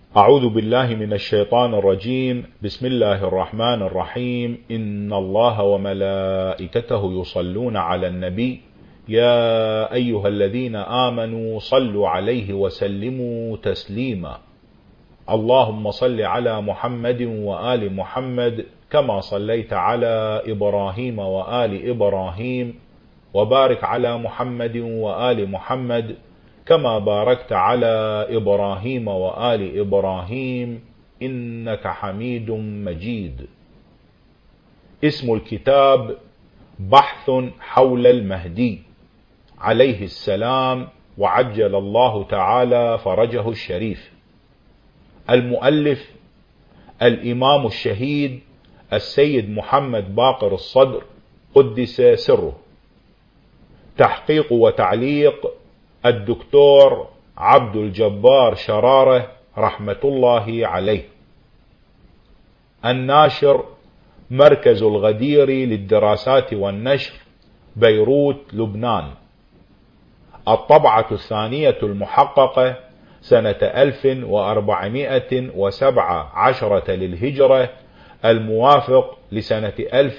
أعوذ بالله من الشيطان الرجيم. بسم الله الرحمن الرحيم. إن الله وملائكته يصلون على النبي يا أيها الذين آمنوا صلوا عليه وسلموا تسليما. اللهم صل على محمد وآل محمد كما صليت على إبراهيم وآل إبراهيم، وبارك على محمد وآل محمد كما باركت على إبراهيم وآل إبراهيم إنك حميد مجيد. اسم الكتاب بحث حول المهدي عليه السلام وعجل الله تعالى فرجه الشريف. المؤلف الإمام الشهيد السيد محمد باقر الصدر قدس سره. تحقيق وتعليق الدكتور عبد الجبار شرارة رحمة الله عليه. الناشر مركز الغدير للدراسات والنشر، بيروت لبنان. الطبعة الثانية المحققة سنة 1417 للهجرة، الموافق لسنة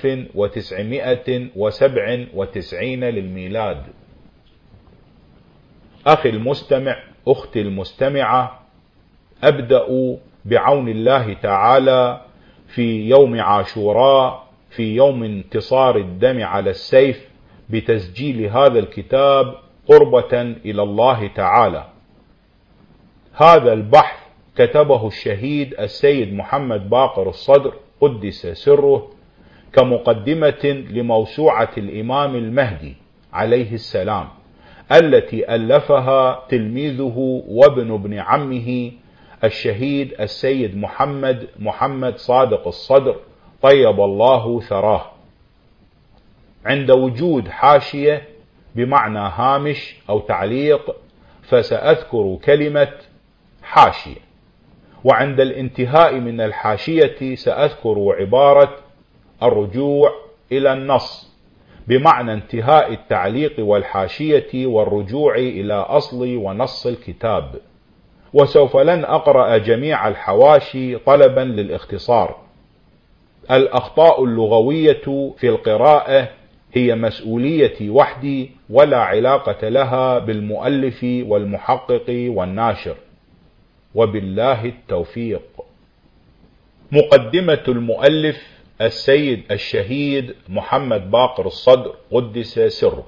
1997 للميلاد. أخي المستمع، أختي المستمعة، أبدأ بعون الله تعالى في يوم عاشوراء، في يوم انتصار الدم على السيف، بتسجيل هذا الكتاب قربة إلى الله تعالى. هذا البحث كتبه الشهيد السيد محمد باقر الصدر قدس سره كمقدمة لموسوعة الإمام المهدي عليه السلام، التي ألفها تلميذه وابن ابن عمه الشهيد السيد محمد صادق الصدر طيب الله ثراه. عند وجود حاشية بمعنى هامش أو تعليق فسأذكر كلمة حاشية، وعند الانتهاء من الحاشية سأذكر عبارة الرجوع إلى النص، بمعنى انتهاء التعليق والحاشية والرجوع إلى أصل ونص الكتاب. وسوف لن أقرأ جميع الحواشي طلبا للاختصار. الأخطاء اللغوية في القراءة هي مسؤوليتي وحدي، ولا علاقة لها بالمؤلف والمحقق والناشر، وبالله التوفيق. مقدمة المؤلف السيد الشهيد محمد باقر الصدر قدس سره.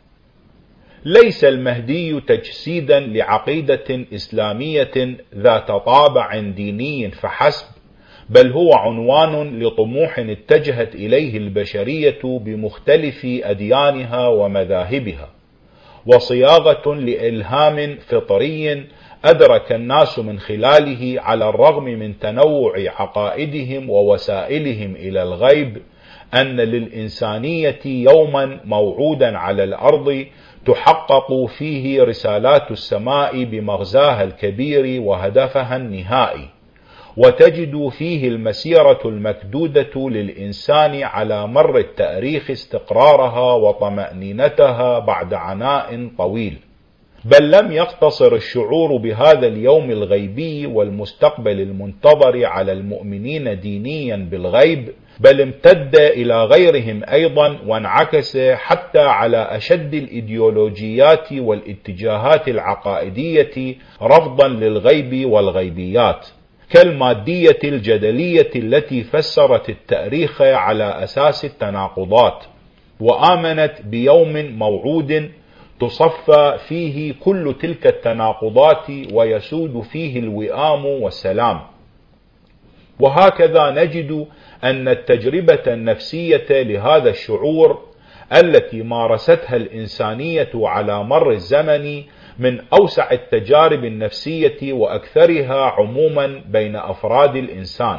ليس المهدي تجسيدا لعقيدة إسلامية ذات طابع ديني فحسب، بل هو عنوان لطموح اتجهت إليه البشرية بمختلف أديانها ومذاهبها، وصياغة لإلهام فطري أدرك الناس من خلاله، على الرغم من تنوع عقائدهم ووسائلهم إلى الغيب، أن للإنسانية يوما موعودا على الأرض تحقق فيه رسالات السماء بمغزاها الكبير وهدفها النهائي، وتجد فيه المسيرة المكدودة للإنسان على مر التاريخ استقرارها وطمأنينتها بعد عناء طويل. بل لم يقتصر الشعور بهذا اليوم الغيبي والمستقبل المنتظر على المؤمنين دينيا بالغيب، بل امتد إلى غيرهم أيضا، وانعكس حتى على أشد الإيديولوجيات والاتجاهات العقائدية رفضا للغيب والغيبيات، كالمادية الجدلية التي فسرت التاريخ على أساس التناقضات، وآمنت بيوم موعود تصفى فيه كل تلك التناقضات ويسود فيه الوئام والسلام. وهكذا نجد أن التجربة النفسية لهذا الشعور التي مارستها الإنسانية على مر الزمن من أوسع التجارب النفسية وأكثرها عموما بين أفراد الإنسان.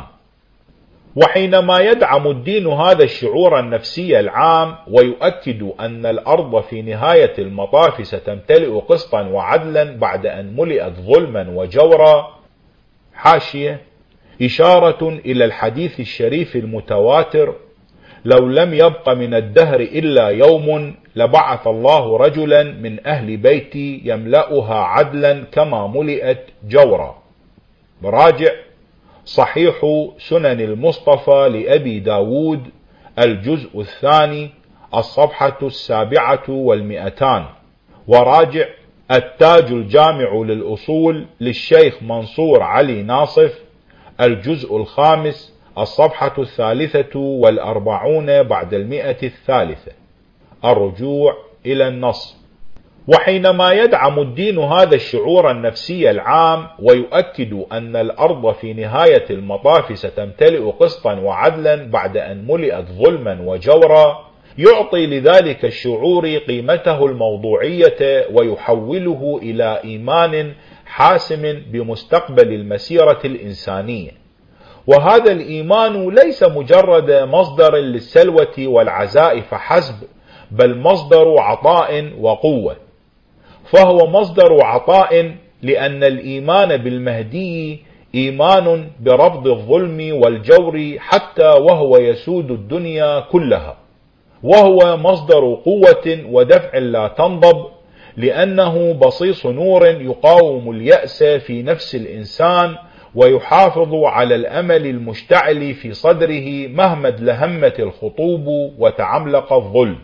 وحينما يدعم الدين هذا الشعور النفسي العام ويؤكد أن الأرض في نهاية المطاف ستمتلئ قسطا وعدلا بعد أن ملئت ظلما وجورا، حاشية، إشارة إلى الحديث الشريف المتواتر: لو لم يبق من الدهر إلا يوم لبعث الله رجلا من أهل بيتي يملأها عدلا كما ملئت جورا. براجع صحيح سنن المصطفى لأبي داود الجزء الثاني الصفحة 700، وراجع التاج الجامع للأصول للشيخ منصور علي ناصف الجزء الخامس الصفحة 43 بعد 100. الرجوع إلى النص. وحينما يدعم الدين هذا الشعور النفسي العام ويؤكد أن الأرض في نهاية المطاف ستمتلئ قسطا وعدلا بعد أن ملئت ظلما وجورا، يعطي لذلك الشعور قيمته الموضوعية ويحوله إلى إيمان حاسم بمستقبل المسيرة الإنسانية. وهذا الإيمان ليس مجرد مصدر للسلوة والعزاء فحسب، بل مصدر عطاء وقوة. فهو مصدر عطاء لأن الإيمان بالمهدي إيمان برفض الظلم والجور حتى وهو يسود الدنيا كلها، وهو مصدر قوة ودفع لا تنضب، لأنه بصيص نور يقاوم اليأس في نفس الإنسان ويحافظ على الأمل المشتعل في صدره مهما ادلهمت الخطوب وتعملق الظلم.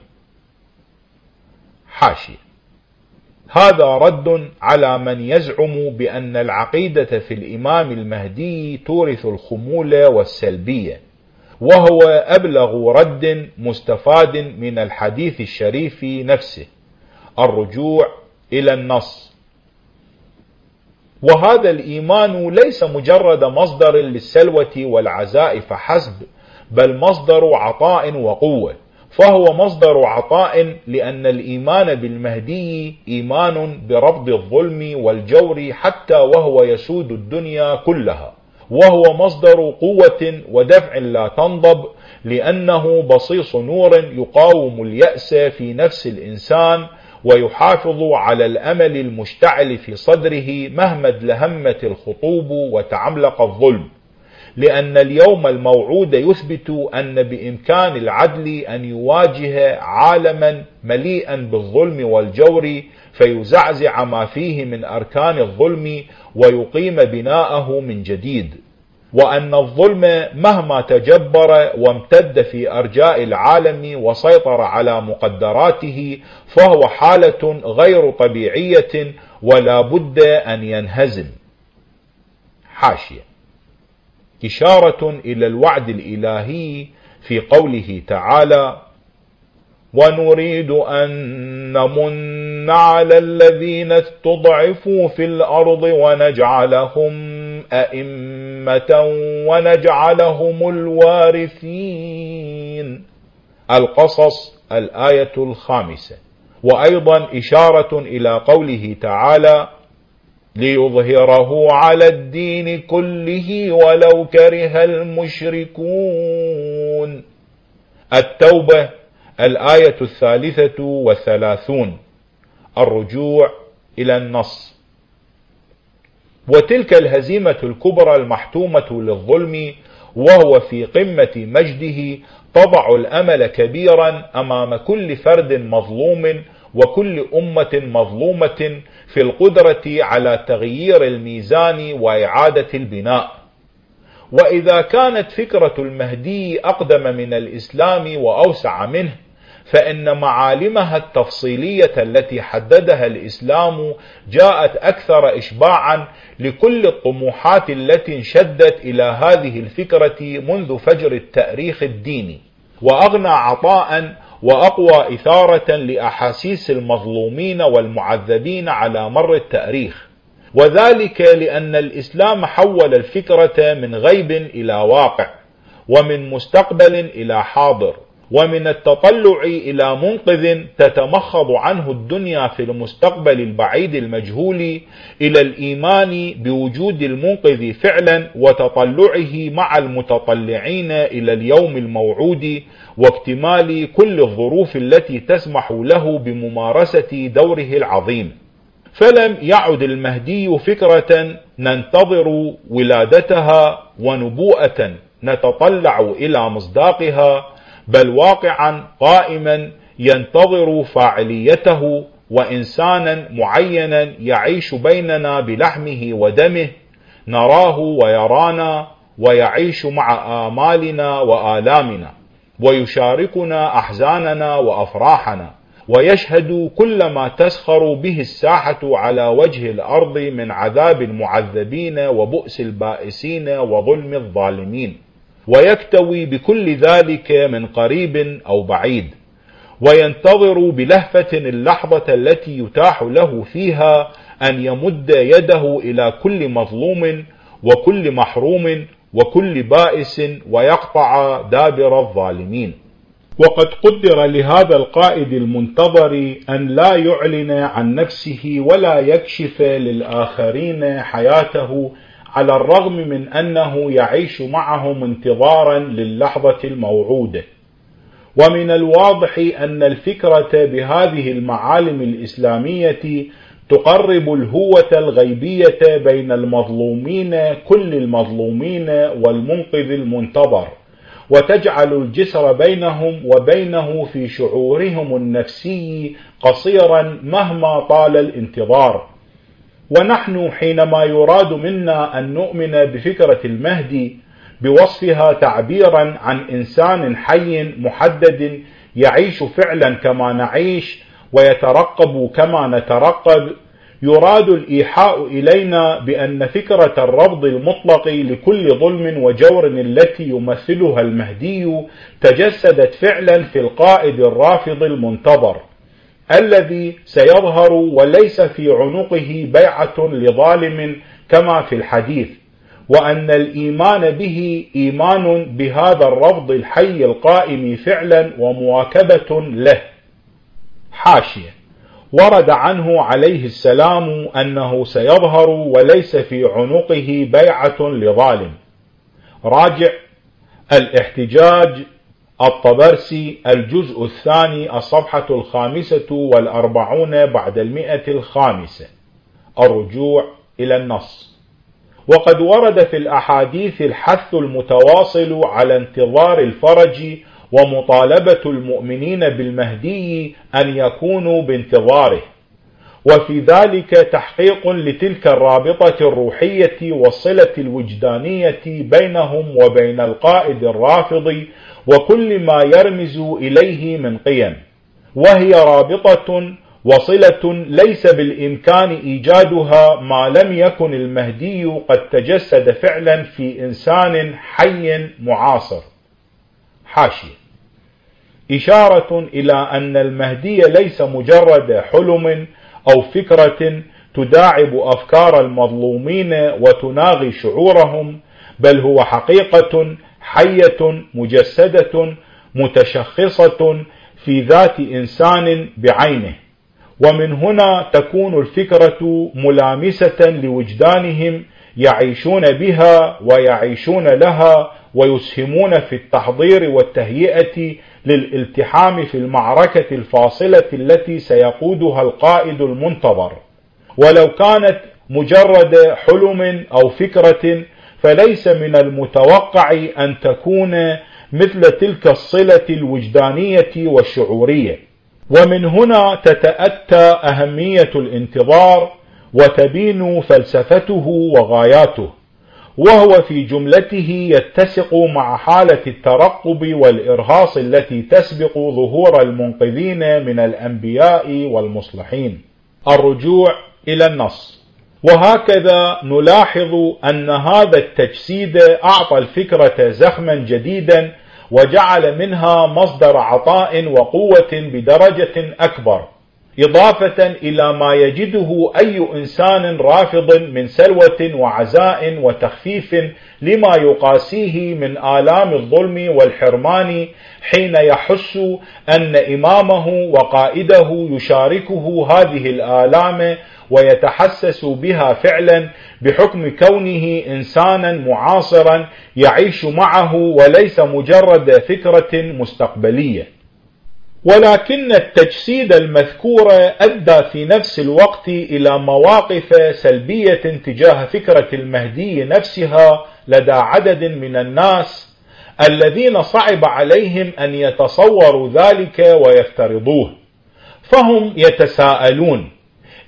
حاشية. هذا رد على من يزعم بأن العقيدة في الإمام المهدي تورث الخمول والسلبية، وهو أبلغ رد مستفاد من الحديث الشريف نفسه. الرجوع إلى النص. وهذا الإيمان ليس مجرد مصدر للسلوة والعزاء فحسب، بل مصدر عطاء وقوة. فهو مصدر عطاء لأن الإيمان بالمهدي إيمان برفض الظلم والجور حتى وهو يسود الدنيا كلها، وهو مصدر قوة ودفع لا تنضب، لأنه بصيص نور يقاوم اليأس في نفس الإنسان ويحافظ على الأمل المشتعل في صدره مهما ادلهمت الخطوب وتعملق الظلم. لأن اليوم الموعود يثبت أن بإمكان العدل أن يواجه عالما مليئا بالظلم والجور فيزعزع ما فيه من أركان الظلم ويقيم بناءه من جديد، وأن الظلم مهما تجبر وامتد في أرجاء العالم وسيطر على مقدراته فهو حالة غير طبيعية ولا بد أن ينهزم. حاشية. إشارة إلى الوعد الإلهي في قوله تعالى: ونريد أن نمن على الذين استضعفوا في الأرض ونجعلهم أئمة ونجعلهم الوارثين. القصص الآية 5. وأيضا إشارة إلى قوله تعالى: ليظهره على الدين كله ولو كره المشركون. التوبة الآية 33. الرجوع إلى النص. وتلك الهزيمة الكبرى المحتومة للظلم وهو في قمة مجده تضع الأمل كبيرا أمام كل فرد مظلوم وكل أمة مظلومة في القدرة على تغيير الميزان وإعادة البناء. وإذا كانت فكرة المهدي أقدم من الإسلام وأوسع منه، فإن معالمها التفصيلية التي حددها الإسلام جاءت أكثر إشباعا لكل الطموحات التي انشدت إلى هذه الفكرة منذ فجر التاريخ الديني، وأغنى عطاء وأقوى إثارة لأحاسيس المظلومين والمعذبين على مر التاريخ. وذلك لأن الإسلام حول الفكرة من غيب إلى واقع، ومن مستقبل إلى حاضر، ومن التطلع إلى منقذ تتمخض عنه الدنيا في المستقبل البعيد المجهول، إلى الإيمان بوجود المنقذ فعلا وتطلعه مع المتطلعين إلى اليوم الموعود واكتمال كل الظروف التي تسمح له بممارسة دوره العظيم. فلم يعد المهدي فكرة ننتظر ولادتها ونبوءة نتطلع إلى مصداقها، بل واقعا قائما ينتظر فاعليته، وإنسانا معينا يعيش بيننا بلحمه ودمه، نراه ويرانا ويعيش مع آمالنا وآلامنا، ويشاركنا أحزاننا وأفراحنا، ويشهد كل ما تسخر به الساحة على وجه الأرض من عذاب المعذبين وبؤس البائسين وظلم الظالمين، ويكتوي بكل ذلك من قريب أو بعيد، وينتظر بلهفة اللحظة التي يتاح له فيها أن يمد يده إلى كل مظلوم وكل محروم وكل بائس ويقطع دابر الظالمين. وقد قدر لهذا القائد المنتظر أن لا يعلن عن نفسه ولا يكشف للآخرين حياته، على الرغم من أنه يعيش معهم انتظارا للحظة الموعودة. ومن الواضح أن الفكرة بهذه المعالم الإسلامية تقرب الهوة الغيبية بين المظلومين كل المظلومين والمنقذ المنتظر، وتجعل الجسر بينهم وبينه في شعورهم النفسي قصيرا مهما طال الانتظار. ونحن حينما يراد منا أن نؤمن بفكرة المهدي بوصفها تعبيرا عن إنسان حي محدد يعيش فعلا كما نعيش ويترقب كما نترقب، يراد الإيحاء إلينا بأن فكرة الرفض المطلق لكل ظلم وجور التي يمثلها المهدي تجسدت فعلا في القائد الرافض المنتظر الذي سيظهر وليس في عنقه بيعة لظالم كما في الحديث، وأن الإيمان به إيمان بهذا الرفض الحي القائم فعلا ومواكبة له. حاشية: ورد عنه عليه السلام أنه سيظهر وليس في عنقه بيعة لظالم. راجع الاحتجاج الطبرسي الجزء الثاني الصفحة 45 بعد 105. الرجوع إلى النص. وقد ورد في الأحاديث الحث المتواصل على انتظار الفرج ومطالبة المؤمنين بالمهدي أن يكونوا بانتظاره، وفي ذلك تحقيق لتلك الرابطة الروحية والصلة الوجدانية بينهم وبين القائد الرافض وكل ما يرمز إليه من قيم، وهي رابطة وصلة ليس بالإمكان إيجادها ما لم يكن المهدي قد تجسد فعلا في إنسان حي معاصر. حاشية: إشارة إلى أن المهدي ليس مجرد حلم أو فكرة تداعب أفكار المظلومين وتناغي شعورهم، بل هو حقيقة حية مجسدة متشخصة في ذات إنسان بعينه. ومن هنا تكون الفكرة ملامسة لوجدانهم يعيشون بها ويعيشون لها، ويسهمون في التحضير والتهيئة للالتحام في المعركة الفاصلة التي سيقودها القائد المنتظر. ولو كانت مجرد حلم أو فكرة فليس من المتوقع أن تكون مثل تلك الصلة الوجدانية والشعورية. ومن هنا تتأتى أهمية الانتظار وتبين فلسفته وغاياته، وهو في جملته يتسق مع حالة الترقب والإرهاص التي تسبق ظهور المنقذين من الأنبياء والمصلحين. الرجوع إلى النص. وهكذا نلاحظ أن هذا التجسيد أعطى الفكرة زخما جديدا وجعل منها مصدر عطاء وقوة بدرجة أكبر، إضافة إلى ما يجده أي إنسان رافض من سلوة وعزاء وتخفيف لما يقاسيه من آلام الظلم والحرمان، حين يحس أن إمامه وقائده يشاركه هذه الآلام ويتحسس بها فعلا بحكم كونه إنسانا معاصرا يعيش معه وليس مجرد فكرة مستقبلية. ولكن التجسيد المذكور أدى في نفس الوقت إلى مواقف سلبية تجاه فكرة المهدي نفسها لدى عدد من الناس الذين صعب عليهم أن يتصوروا ذلك ويفترضوه. فهم يتساءلون: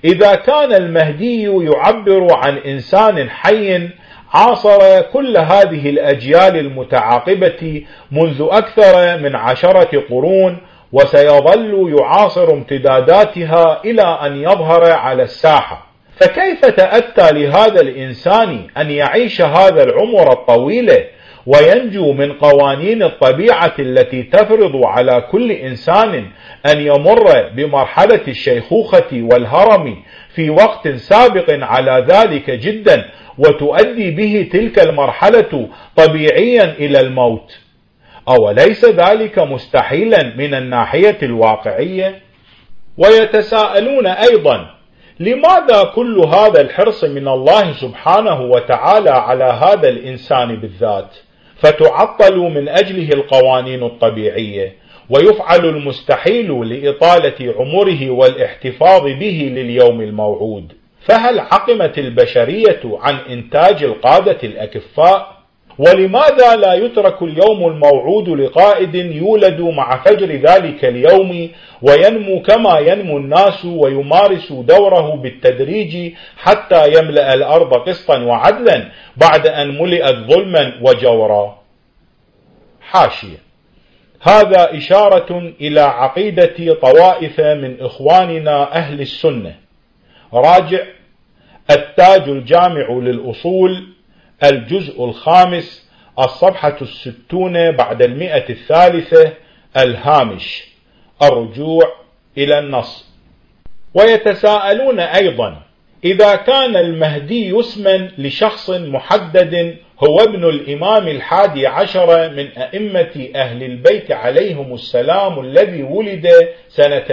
إذا كان المهدي يعبر عن إنسان حي عاصر كل هذه الأجيال المتعاقبة منذ أكثر من 10 قرون، وسيظل يعاصر امتداداتها إلى أن يظهر على الساحة، فكيف تأتى لهذا الإنسان أن يعيش هذا العمر الطويل وينجو من قوانين الطبيعة التي تفرض على كل إنسان أن يمر بمرحلة الشيخوخة والهرم في وقت سابق على ذلك جدا، وتؤدي به تلك المرحلة طبيعيا إلى الموت؟ أوليس ذلك مستحيلا من الناحية الواقعية؟ ويتساءلون أيضا: لماذا كل هذا الحرص من الله سبحانه وتعالى على هذا الإنسان بالذات، فتعطل من أجله القوانين الطبيعية، ويفعل المستحيل لإطالة عمره والاحتفاظ به لليوم الموعود؟ فهل عقمت البشرية عن إنتاج القادة الأكفاء؟ ولماذا لا يترك اليوم الموعود لقائد يولد مع فجر ذلك اليوم وينمو كما ينمو الناس، ويمارس دوره بالتدريج حتى يملأ الأرض قسطا وعدلا بعد أن ملئت ظلما وجورا؟ حاشية: هذا إشارة إلى عقيدة طوائف من إخواننا أهل السنة. راجع التاج الجامع للأصول، الجزء 5، الصفحة 60 بعد 100 الهامش، الرجوع إلى النص. ويتساءلون أيضا: إذا كان المهدي اسما لشخص محدد هو ابن الإمام 11 من أئمة أهل البيت عليهم السلام الذي ولد سنة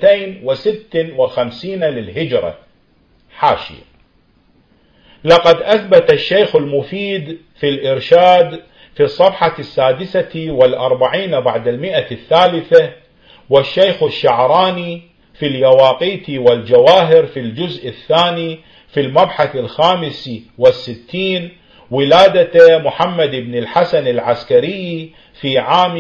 256 للهجرة. حاشية: لقد أثبت الشيخ المفيد في الإرشاد في الصفحة 46 بعد 100، والشيخ الشعراني في اليواقيت والجواهر في الجزء 2 في المبحث 65 ولادة محمد بن الحسن العسكري في عام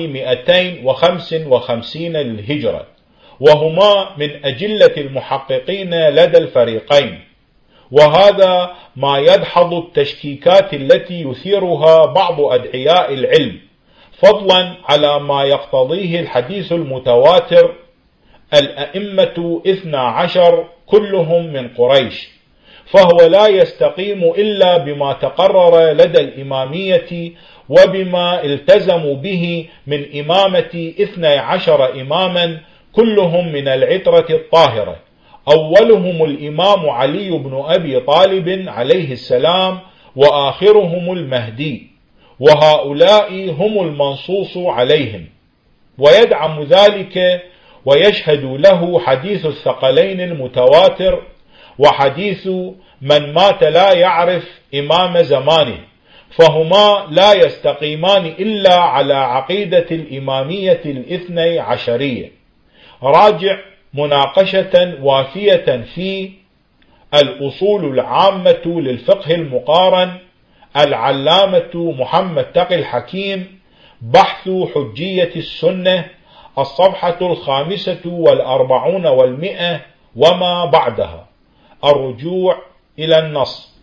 255 للهجرة، وهما من أجلة المحققين لدى الفريقين. وهذا ما يدحض التشكيكات التي يثيرها بعض أدعياء العلم، فضلا على ما يقتضيه الحديث المتواتر: الأئمة 12 كلهم من قريش. فهو لا يستقيم إلا بما تقرر لدى الإمامية وبما التزموا به من إمامة 12 إماما كلهم من العترة الطاهرة، أولهم الإمام علي بن أبي طالب عليه السلام، وآخرهم المهدي، وهؤلاء هم المنصوص عليهم. ويدعم ذلك ويشهد له حديث الثقلين المتواتر، وحديث من مات لا يعرف إمام زمانه، فهما لا يستقيمان إلا على عقيدة الإمامية 12. راجع مناقشة وافية في الأصول العامة للفقه المقارن، العلامة محمد تقي الحكيم، بحث حجية السنة، الصفحة 45 و100 وما بعدها، الرجوع إلى النص.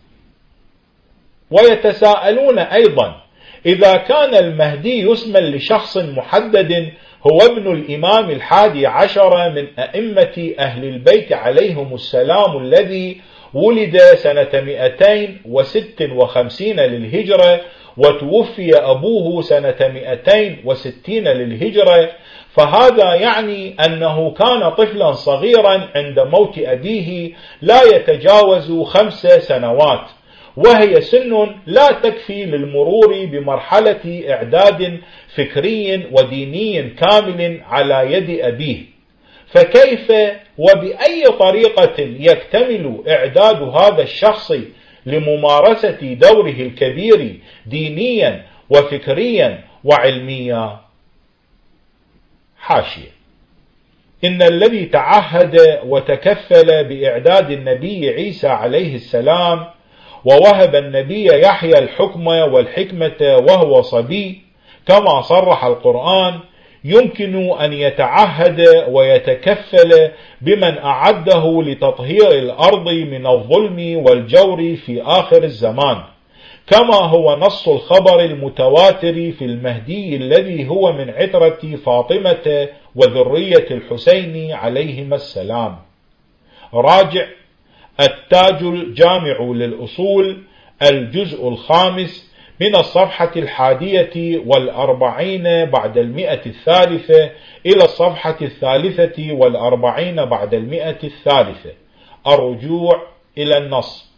ويتساءلون أيضا: إذا كان المهدي اسما لشخص محدد هو ابن الإمام 11 من أئمة أهل البيت عليهم السلام الذي ولد سنة 256 للهجرة، وتوفي أبوه سنة 260 للهجرة، فهذا يعني أنه كان طفلا صغيرا عند موت أبيه لا يتجاوز 5 سنوات، وهي سن لا تكفي للمرور بمرحلة إعداد فكري وديني كامل على يد أبيه. فكيف وبأي طريقة يكتمل إعداد هذا الشخص لممارسة دوره الكبير دينيا وفكريا وعلميا؟ حاشية: إن الذي تعهد وتكفل بإعداد النبي عيسى عليه السلام، ووهب النبي يحيى الحكم والحكمة وهو صبي كما صرح القرآن، يمكن أن يتعهد ويتكفل بمن أعده لتطهير الأرض من الظلم والجور في آخر الزمان، كما هو نص الخبر المتواتر في المهدي الذي هو من عترة فاطمة وذرية الحسين عليهما السلام. راجع التاج الجامع للأصول الجزء 5 من الصفحة 41 بعد 100 إلى الصفحة 43 بعد 100. الرجوع إلى النص.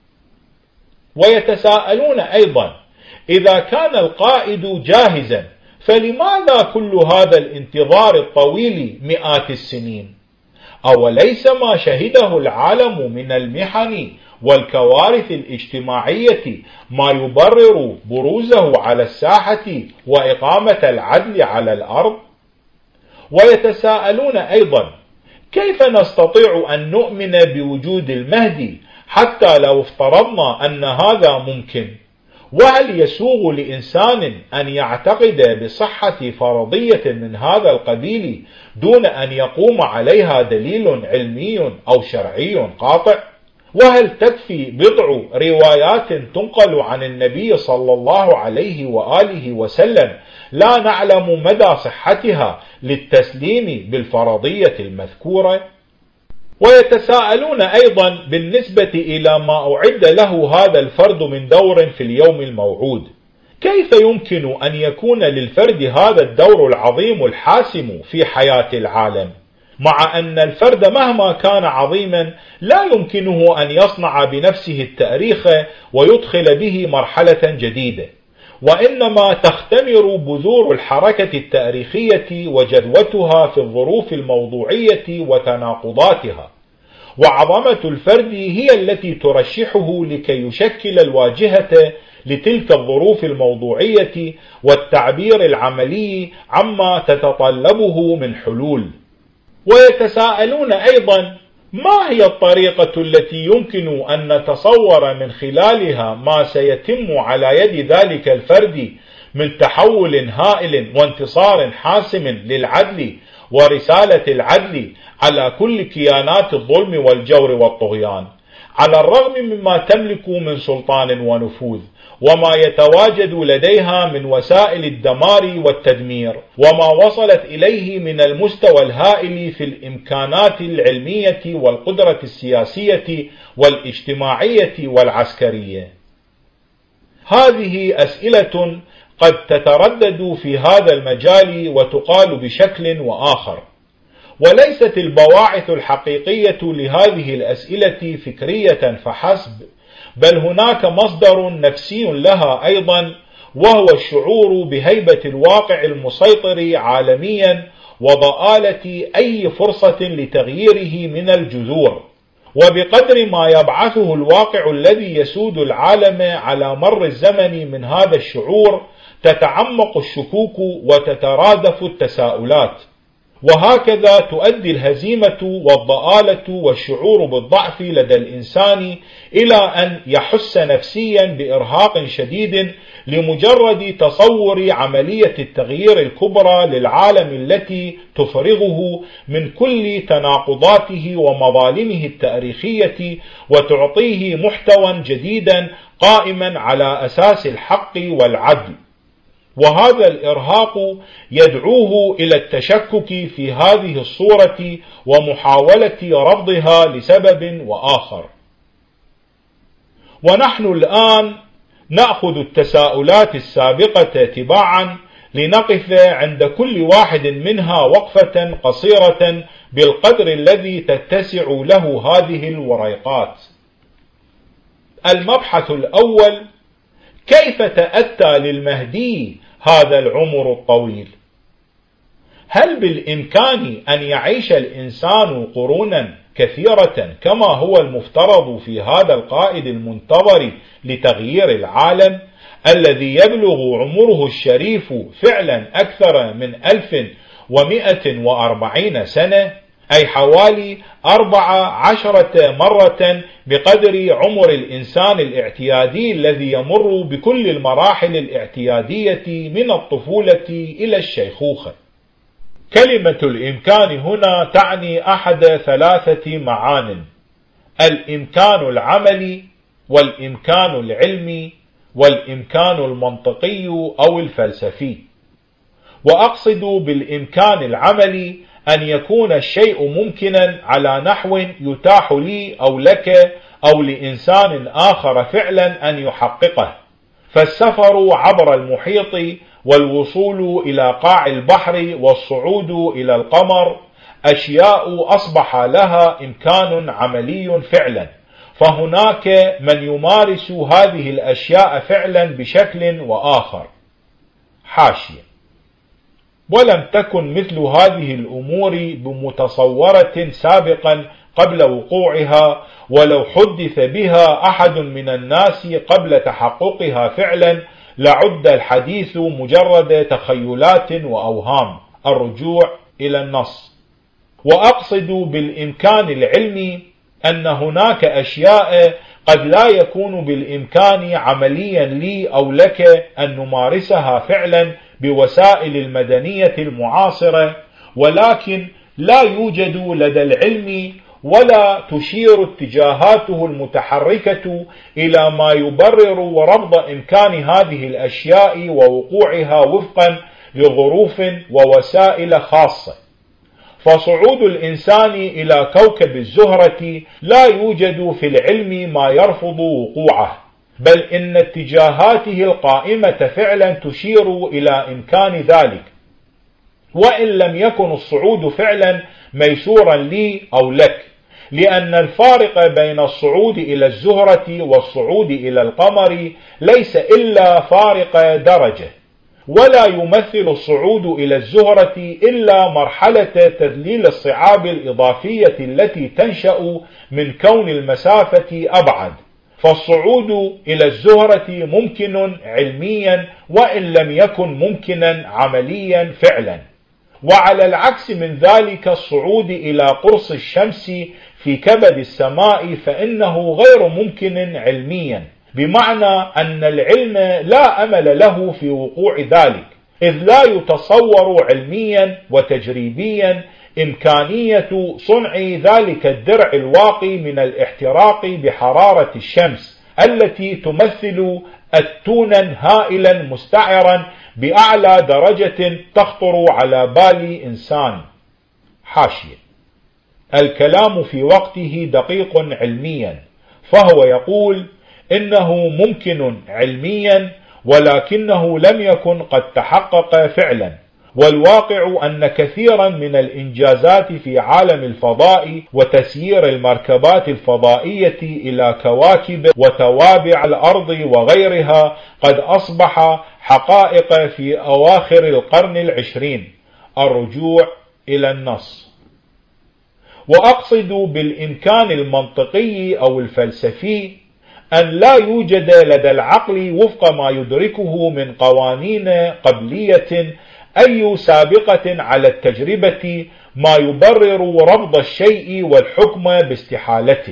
ويتساءلون أيضا: إذا كان القائد جاهزا فلماذا كل هذا الانتظار الطويل مئات السنين؟ أوليس ما شهده العالم من المحن والكوارث الاجتماعية ما يبرر بروزه على الساحة وإقامة العدل على الأرض؟ ويتساءلون أيضا: كيف نستطيع أن نؤمن بوجود المهدي حتى لو افترضنا أن هذا ممكن؟ وهل يسوغ لإنسان أن يعتقد بصحة فرضية من هذا القبيل دون أن يقوم عليها دليل علمي أو شرعي قاطع؟ وهل تكفي بضع روايات تنقل عن النبي صلى الله عليه وآله وسلم لا نعلم مدى صحتها للتسليم بالفرضية المذكورة؟ ويتساءلون أيضا بالنسبة إلى ما أعد له هذا الفرد من دور في اليوم الموعود: كيف يمكن أن يكون للفرد هذا الدور العظيم الحاسم في حياة العالم، مع أن الفرد مهما كان عظيما لا يمكنه أن يصنع بنفسه التاريخ ويدخل به مرحلة جديدة، وإنما تختمر بذور الحركة التاريخية وجذوتها في الظروف الموضوعية وتناقضاتها، وعظمة الفرد هي التي ترشحه لكي يشكل الواجهة لتلك الظروف الموضوعية والتعبير العملي عما تتطلبه من حلول. ويتساءلون أيضا: ما هي الطريقة التي يمكن أن نتصور من خلالها ما سيتم على يد ذلك الفرد من تحول هائل وانتصار حاسم للعدل ورسالة العدل على كل كيانات الظلم والجور والطغيان، على الرغم مما تملك من سلطان ونفوذ، وما يتواجد لديها من وسائل الدمار والتدمير، وما وصلت إليه من المستوى الهائل في الإمكانات العلمية والقدرة السياسية والاجتماعية والعسكرية؟ هذه أسئلة قد تتردد في هذا المجال وتقال بشكل وآخر، وليست البواعث الحقيقية لهذه الأسئلة فكرية فحسب، بل هناك مصدر نفسي لها أيضا، وهو الشعور بهيبة الواقع المسيطر عالميا وضآلة أي فرصة لتغييره من الجذور. وبقدر ما يبعثه الواقع الذي يسود العالم على مر الزمن من هذا الشعور تتعمق الشكوك وتترادف التساؤلات، وهكذا تؤدي الهزيمة والضآلة والشعور بالضعف لدى الإنسان إلى أن يحس نفسيا بإرهاق شديد لمجرد تصور عملية التغيير الكبرى للعالم التي تفرغه من كل تناقضاته ومظالمه التاريخية وتعطيه محتوى جديدا قائما على أساس الحق والعدل. وهذا الإرهاق يدعوه إلى التشكك في هذه الصورة ومحاولة رفضها لسبب وآخر. ونحن الآن نأخذ التساؤلات السابقة تباعا لنقف عند كل واحد منها وقفة قصيرة بالقدر الذي تتسع له هذه الوريقات. المبحث الأول: كيف تأتى للمهدي هذا العمر الطويل؟ هل بالإمكان أن يعيش الإنسان قرونا كثيرة كما هو المفترض في هذا القائد المنتظر لتغيير العالم الذي يبلغ عمره الشريف فعلا أكثر من 1140 سنة، أي حوالي 14 مرة بقدر عمر الإنسان الاعتيادي الذي يمر بكل المراحل الاعتيادية من الطفولة إلى الشيخوخة؟ كلمة الإمكان هنا تعني أحد ثلاثة معان: الإمكان العملي، والإمكان العلمي، والإمكان المنطقي أو الفلسفي. وأقصد بالإمكان العملي أن يكون الشيء ممكنا على نحو يتاح لي أو لك أو لإنسان آخر فعلا أن يحققه، فالسفر عبر المحيط والوصول إلى قاع البحر والصعود إلى القمر أشياء أصبح لها إمكان عملي فعلا، فهناك من يمارس هذه الأشياء فعلا بشكل وآخر. حاشية: ولم تكن مثل هذه الأمور بمتصورة سابقا قبل وقوعها، ولو حدث بها أحد من الناس قبل تحققها فعلا لعد الحديث مجرد تخيلات وأوهام. الرجوع إلى النص. وأقصد بالإمكان العلمي أن هناك أشياء قد لا يكون بالإمكان عمليا لي أو لك أن نمارسها فعلا بوسائل المدنية المعاصرة، ولكن لا يوجد لدى العلم ولا تشير اتجاهاته المتحركة إلى ما يبرر رفض إمكان هذه الأشياء ووقوعها وفقا لظروف ووسائل خاصة. فصعود الإنسان إلى كوكب الزهرة لا يوجد في العلم ما يرفض وقوعه، بل إن اتجاهاته القائمة فعلا تشير إلى إمكان ذلك، وإن لم يكن الصعود فعلا ميسورا لي أو لك، لأن الفارق بين الصعود إلى الزهرة والصعود إلى القمر ليس إلا فارق درجة، ولا يمثل الصعود إلى الزهرة إلا مرحلة تذليل الصعاب الإضافية التي تنشأ من كون المسافة أبعد، فالصعود إلى الزهرة ممكن علميا وإن لم يكن ممكنا عمليا فعلا. وعلى العكس من ذلك الصعود إلى قرص الشمس في كبد السماء فإنه غير ممكن علميا، بمعنى أن العلم لا أمل له في وقوع ذلك، إذ لا يتصور علميا وتجريبيا إمكانية صنع ذلك الدرع الواقي من الاحتراق بحرارة الشمس التي تمثل أتونا هائلا مستعرا بأعلى درجة تخطر على بال إنسان. حاشية: الكلام في وقته دقيق علميا، فهو يقول إنه ممكن علميا ولكنه لم يكن قد تحقق فعلا، والواقع أن كثيرا من الإنجازات في عالم الفضاء وتسيير المركبات الفضائية إلى كواكب وتوابع الأرض وغيرها قد أصبح حقائق في أواخر القرن العشرين. الرجوع إلى النص. وأقصد بالإمكان المنطقي أو الفلسفي أن لا يوجد لدى العقل وفق ما يدركه من قوانين قبلية أي سابقة على التجربة ما يبرر رفض الشيء والحكم باستحالته.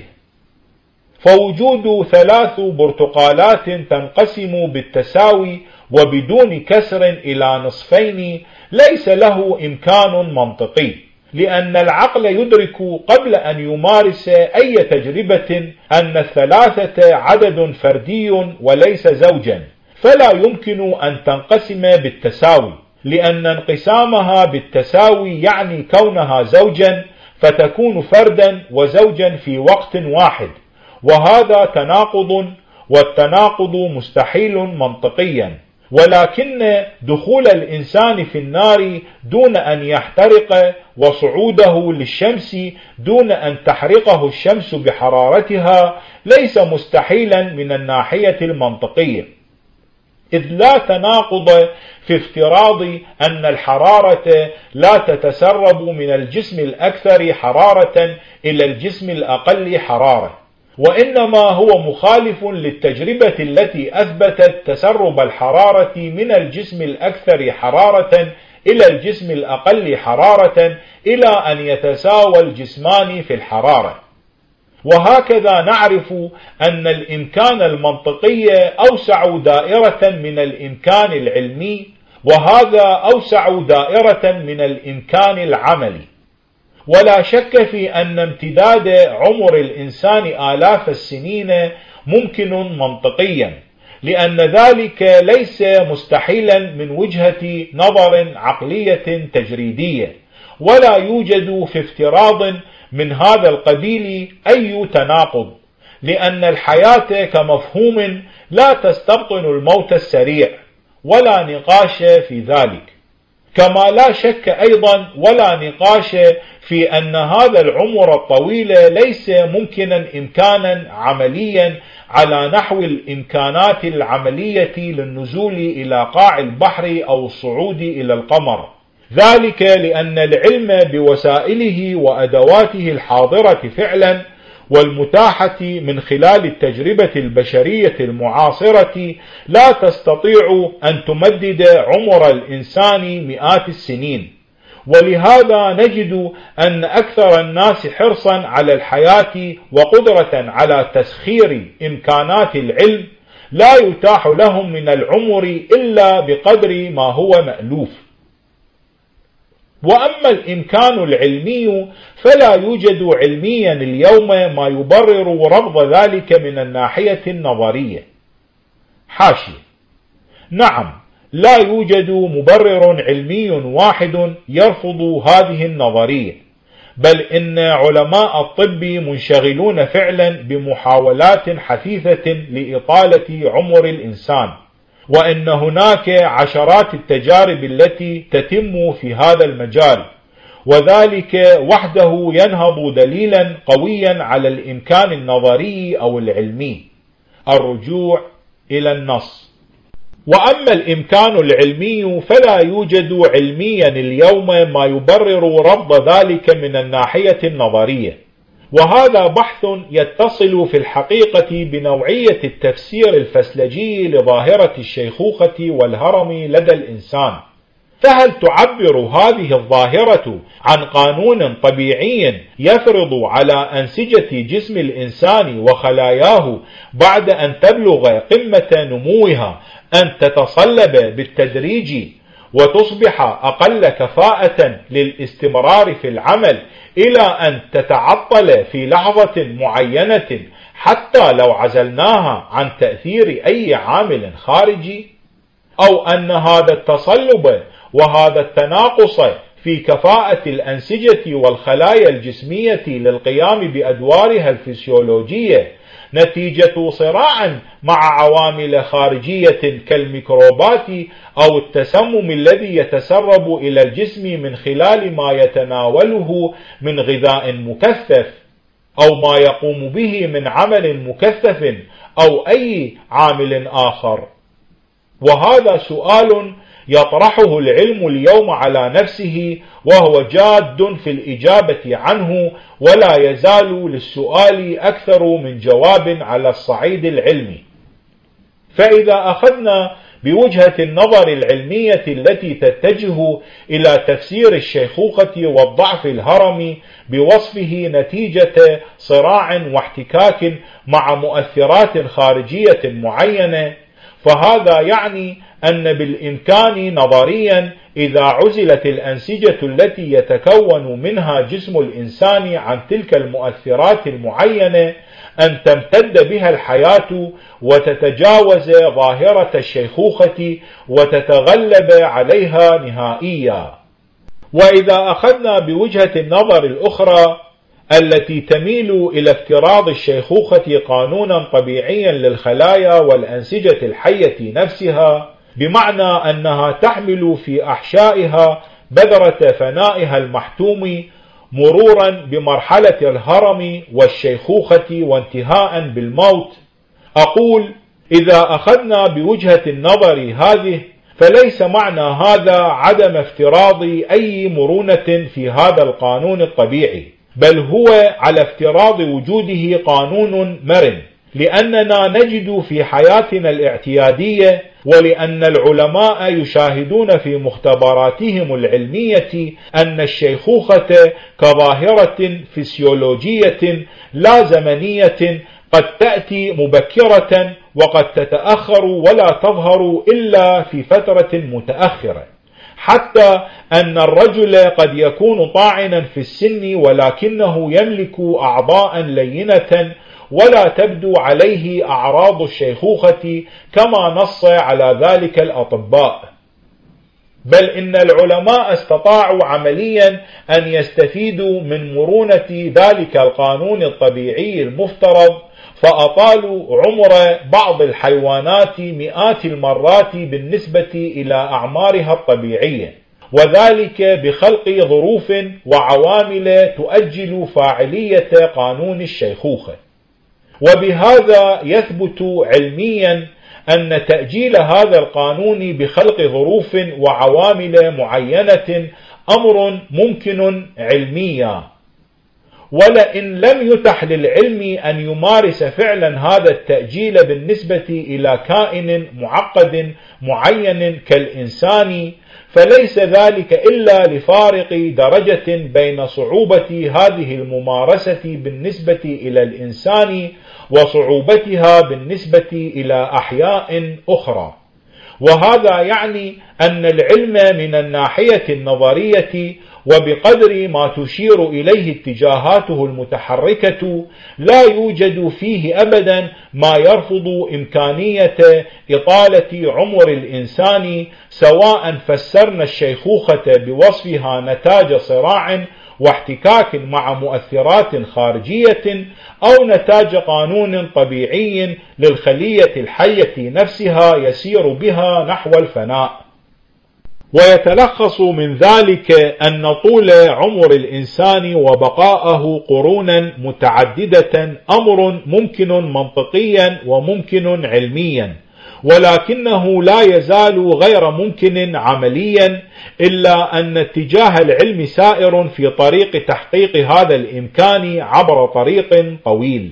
فوجود 3 برتقالات تنقسم بالتساوي وبدون كسر إلى نصفين ليس له إمكان منطقي، لأن العقل يدرك قبل أن يمارس أي تجربة أن 3 عدد فردي وليس زوجا، فلا يمكن أن تنقسم بالتساوي، لأن انقسامها بالتساوي يعني كونها زوجا، فتكون فردا وزوجا في وقت واحد، وهذا تناقض، والتناقض مستحيل منطقيا. ولكن دخول الإنسان في النار دون أن يحترق وصعوده للشمس دون أن تحرقه الشمس بحرارتها ليس مستحيلا من الناحية المنطقية، إذ لا تناقض في افتراض أن الحرارة لا تتسرب من الجسم الأكثر حرارة إلى الجسم الأقل حرارة، وإنما هو مخالف للتجربة التي أثبتت تسرب الحرارة من الجسم الأكثر حرارة إلى الجسم الأقل حرارة إلى أن يتساوى الجسمان في الحرارة. وهكذا نعرف أن الإمكان المنطقي أوسع دائرة من الإمكان العلمي، وهذا أوسع دائرة من الإمكان العملي. ولا شك في أن امتداد عمر الإنسان آلاف السنين ممكن منطقيا، لأن ذلك ليس مستحيلا من وجهة نظر عقلية تجريدية، ولا يوجد في افتراض من هذا القبيل أي تناقض، لأن الحياة كمفهوم لا تستبطن الموت السريع، ولا نقاش في ذلك. كما لا شك أيضا ولا نقاش في أن هذا العمر الطويل ليس ممكنا إمكانا عمليا على نحو الإمكانات العملية للنزول إلى قاع البحر أو الصعود إلى القمر، ذلك لأن العلم بوسائله وأدواته الحاضرة فعلا والمتاحة من خلال التجربة البشرية المعاصرة لا تستطيع أن تمدد عمر الإنسان مئات السنين. ولهذا نجد أن أكثر الناس حرصا على الحياة وقدرة على تسخير إمكانات العلم لا يتاح لهم من العمر إلا بقدر ما هو مألوف. وأما الإمكان العلمي فلا يوجد علميا اليوم ما يبرر رفض ذلك من الناحية النظرية. حاشية: نعم، لا يوجد مبرر علمي واحد يرفض هذه النظرية، بل إن علماء الطب منشغلون فعلا بمحاولات حثيثة لإطالة عمر الإنسان، وإن هناك عشرات التجارب التي تتم في هذا المجال، وذلك وحده ينهض دليلا قويا على الإمكان النظري أو العلمي. الرجوع إلى النص. وأما الإمكان العلمي فلا يوجد علميا اليوم ما يبرر رفض ذلك من الناحية النظرية، وهذا بحث يتصل في الحقيقة بنوعية التفسير الفسلجي لظاهرة الشيخوخة والهرم لدى الإنسان. فهل تعبر هذه الظاهرة عن قانون طبيعي يفرض على أنسجة جسم الإنسان وخلاياه بعد أن تبلغ قمة نموها أن تتصلب بالتدريج وتصبح أقل كفاءة للاستمرار في العمل إلى أن تتعطل في لحظة معينة حتى لو عزلناها عن تأثير أي عامل خارجي؟ أو أن هذا التصلب وهذا التناقص في كفاءة الأنسجة والخلايا الجسمية للقيام بأدوارها الفسيولوجية نتيجة صراع مع عوامل خارجية كالميكروبات أو التسمم الذي يتسرب إلى الجسم من خلال ما يتناوله من غذاء مكثف، أو ما يقوم به من عمل مكثف، أو أي عامل آخر؟ وهذا سؤال يطرحه العلم اليوم على نفسه، وهو جاد في الإجابة عنه، ولا يزال للسؤال أكثر من جواب على الصعيد العلمي. فإذا أخذنا بوجهة النظر العلمية التي تتجه إلى تفسير الشيخوخة والضعف الهرمي بوصفه نتيجة صراع واحتكاك مع مؤثرات خارجية معينة، فهذا يعني أن بالإمكان نظريا إذا عزلت الأنسجة التي يتكون منها جسم الإنسان عن تلك المؤثرات المعينة أن تمتد بها الحياة وتتجاوز ظاهرة الشيخوخة وتتغلب عليها نهائيا. وإذا أخذنا بوجهة النظر الأخرى التي تميل إلى افتراض الشيخوخة قانونا طبيعيا للخلايا والأنسجة الحية نفسها، بمعنى أنها تحمل في أحشائها بذرة فنائها المحتوم مرورا بمرحلة الهرم والشيخوخة وانتهاء بالموت، أقول إذا أخذنا بوجهة النظر هذه فليس معنى هذا عدم افتراض أي مرونة في هذا القانون الطبيعي، بل هو على افتراض وجوده قانون مرن، لأننا نجد في حياتنا الاعتيادية ولأن العلماء يشاهدون في مختبراتهم العلمية أن الشيخوخة كظاهرة فسيولوجية لا زمنية قد تأتي مبكرة وقد تتأخر ولا تظهر إلا في فترة متأخرة، حتى أن الرجل قد يكون طاعنا في السن ولكنه يملك أعضاء لينة ولا تبدو عليه أعراض الشيخوخة كما نص على ذلك الأطباء، بل إن العلماء استطاعوا عمليا أن يستفيدوا من مرونة ذلك القانون الطبيعي المفترض، فأطالوا عمر بعض الحيوانات مئات المرات بالنسبة إلى أعمارها الطبيعية، وذلك بخلق ظروف وعوامل تؤجل فاعلية قانون الشيخوخة. وبهذا يثبت علميا أن تأجيل هذا القانون بخلق ظروف وعوامل معينة أمر ممكن علميا، ولئن لم يتح للعلم أن يمارس فعلا هذا التأجيل بالنسبة إلى كائن معقد معين كالإنسان، فليس ذلك إلا لفارق درجة بين صعوبة هذه الممارسة بالنسبة إلى الإنسان وصعوبتها بالنسبة إلى أحياء أخرى. وهذا يعني أن العلم من الناحية النظرية وبقدر ما تشير إليه اتجاهاته المتحركة لا يوجد فيه أبدا ما يرفض إمكانية إطالة عمر الإنسان، سواء فسرنا الشيخوخة بوصفها نتاج صراع واحتكاك مع مؤثرات خارجية أو نتاج قانون طبيعي للخلية الحية نفسها يسير بها نحو الفناء. ويتلخص من ذلك أن طول عمر الإنسان وبقاءه قرونا متعددة أمر ممكن منطقيا وممكن علميا، ولكنه لا يزال غير ممكن عمليا، إلا أن اتجاه العلم سائر في طريق تحقيق هذا الإمكان عبر طريق طويل.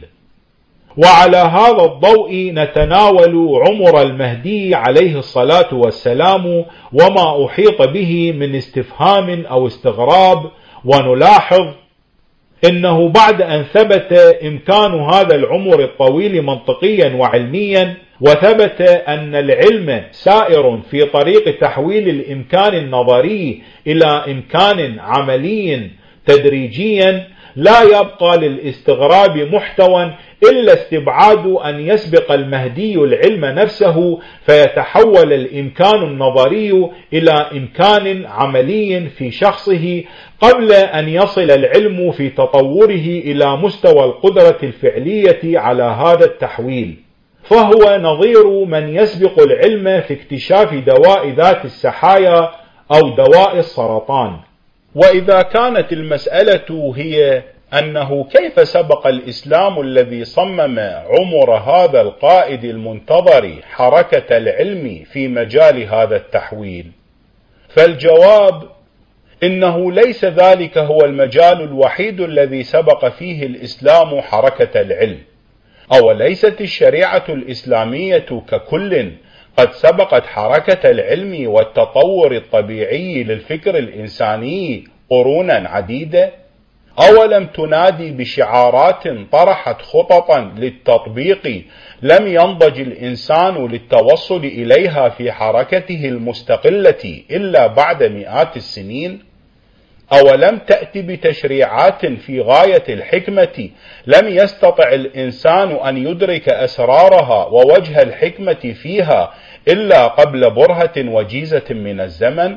وعلى هذا الضوء نتناول عمر المهدي عليه الصلاة والسلام وما أحيط به من استفهام أو استغراب، ونلاحظ إنه بعد أن ثبت إمكان هذا العمر الطويل منطقيا وعلميا، وثبت أن العلم سائر في طريق تحويل الإمكان النظري إلى إمكان عملي تدريجيا، لا يبقى للاستغراب محتوى إلا استبعاد أن يسبق المهدي العلم نفسه فيتحول الإمكان النظري إلى إمكان عملي في شخصه قبل أن يصل العلم في تطوره إلى مستوى القدرة الفعلية على هذا التحويل، فهو نظير من يسبق العلم في اكتشاف دواء ذات السحايا أو دواء السرطان. وإذا كانت المسألة هي أنه كيف سبق الإسلام الذي صمم عمر هذا القائد المنتظر حركة العلم في مجال هذا التحويل، فالجواب إنه ليس ذلك هو المجال الوحيد الذي سبق فيه الإسلام حركة العلم. أوليست الشريعة الإسلامية ككل قد سبقت حركة العلم والتطور الطبيعي للفكر الإنساني قرونا عديدة؟ أولم تنادي بشعارات طرحت خططا للتطبيق لم ينضج الإنسان للتوصل إليها في حركته المستقلة إلا بعد مئات السنين؟ أولم تأتي بتشريعات في غاية الحكمة لم يستطع الإنسان أن يدرك أسرارها ووجه الحكمة فيها إلا قبل برهة وجيزة من الزمن؟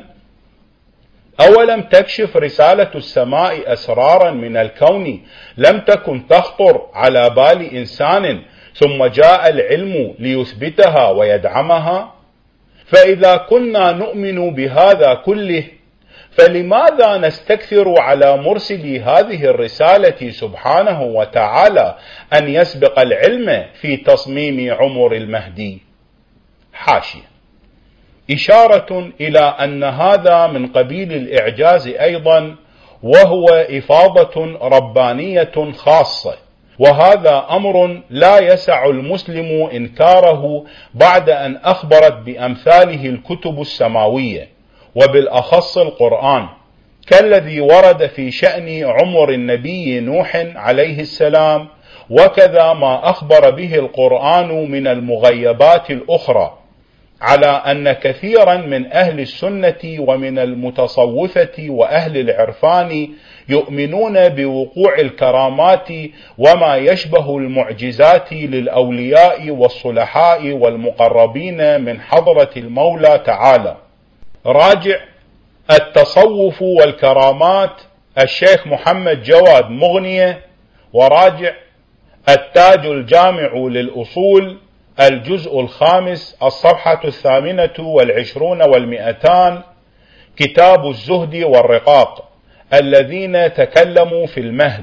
أولم تكشف رسالة السماء أسرارا من الكون لم تكن تخطر على بال إنسان ثم جاء العلم ليثبتها ويدعمها؟ فإذا كنا نؤمن بهذا كله، فلماذا نستكثر على مرسل هذه الرسالة سبحانه وتعالى أن يسبق العلم في تصميم عمر المهدي؟ حاشية. إشارة إلى أن هذا من قبيل الإعجاز أيضا، وهو إفاضة ربانية خاصة، وهذا أمر لا يسع المسلم إنكاره بعد أن أخبرت بأمثاله الكتب السماوية، وبالأخص القرآن، كالذي ورد في شأن عمر النبي نوح عليه السلام، وكذا ما أخبر به القرآن من المغيبات الأخرى، على أن كثيرا من أهل السنة ومن المتصوفة وأهل العرفان يؤمنون بوقوع الكرامات وما يشبه المعجزات للأولياء والصلحاء والمقربين من حضرة المولى تعالى. راجع التصوف والكرامات الشيخ محمد جواد مغنية، وراجع التاج الجامع للأصول الجزء الخامس الصفحة 28 و200، كتاب الزهد والرقاق الذين تكلموا في المهد.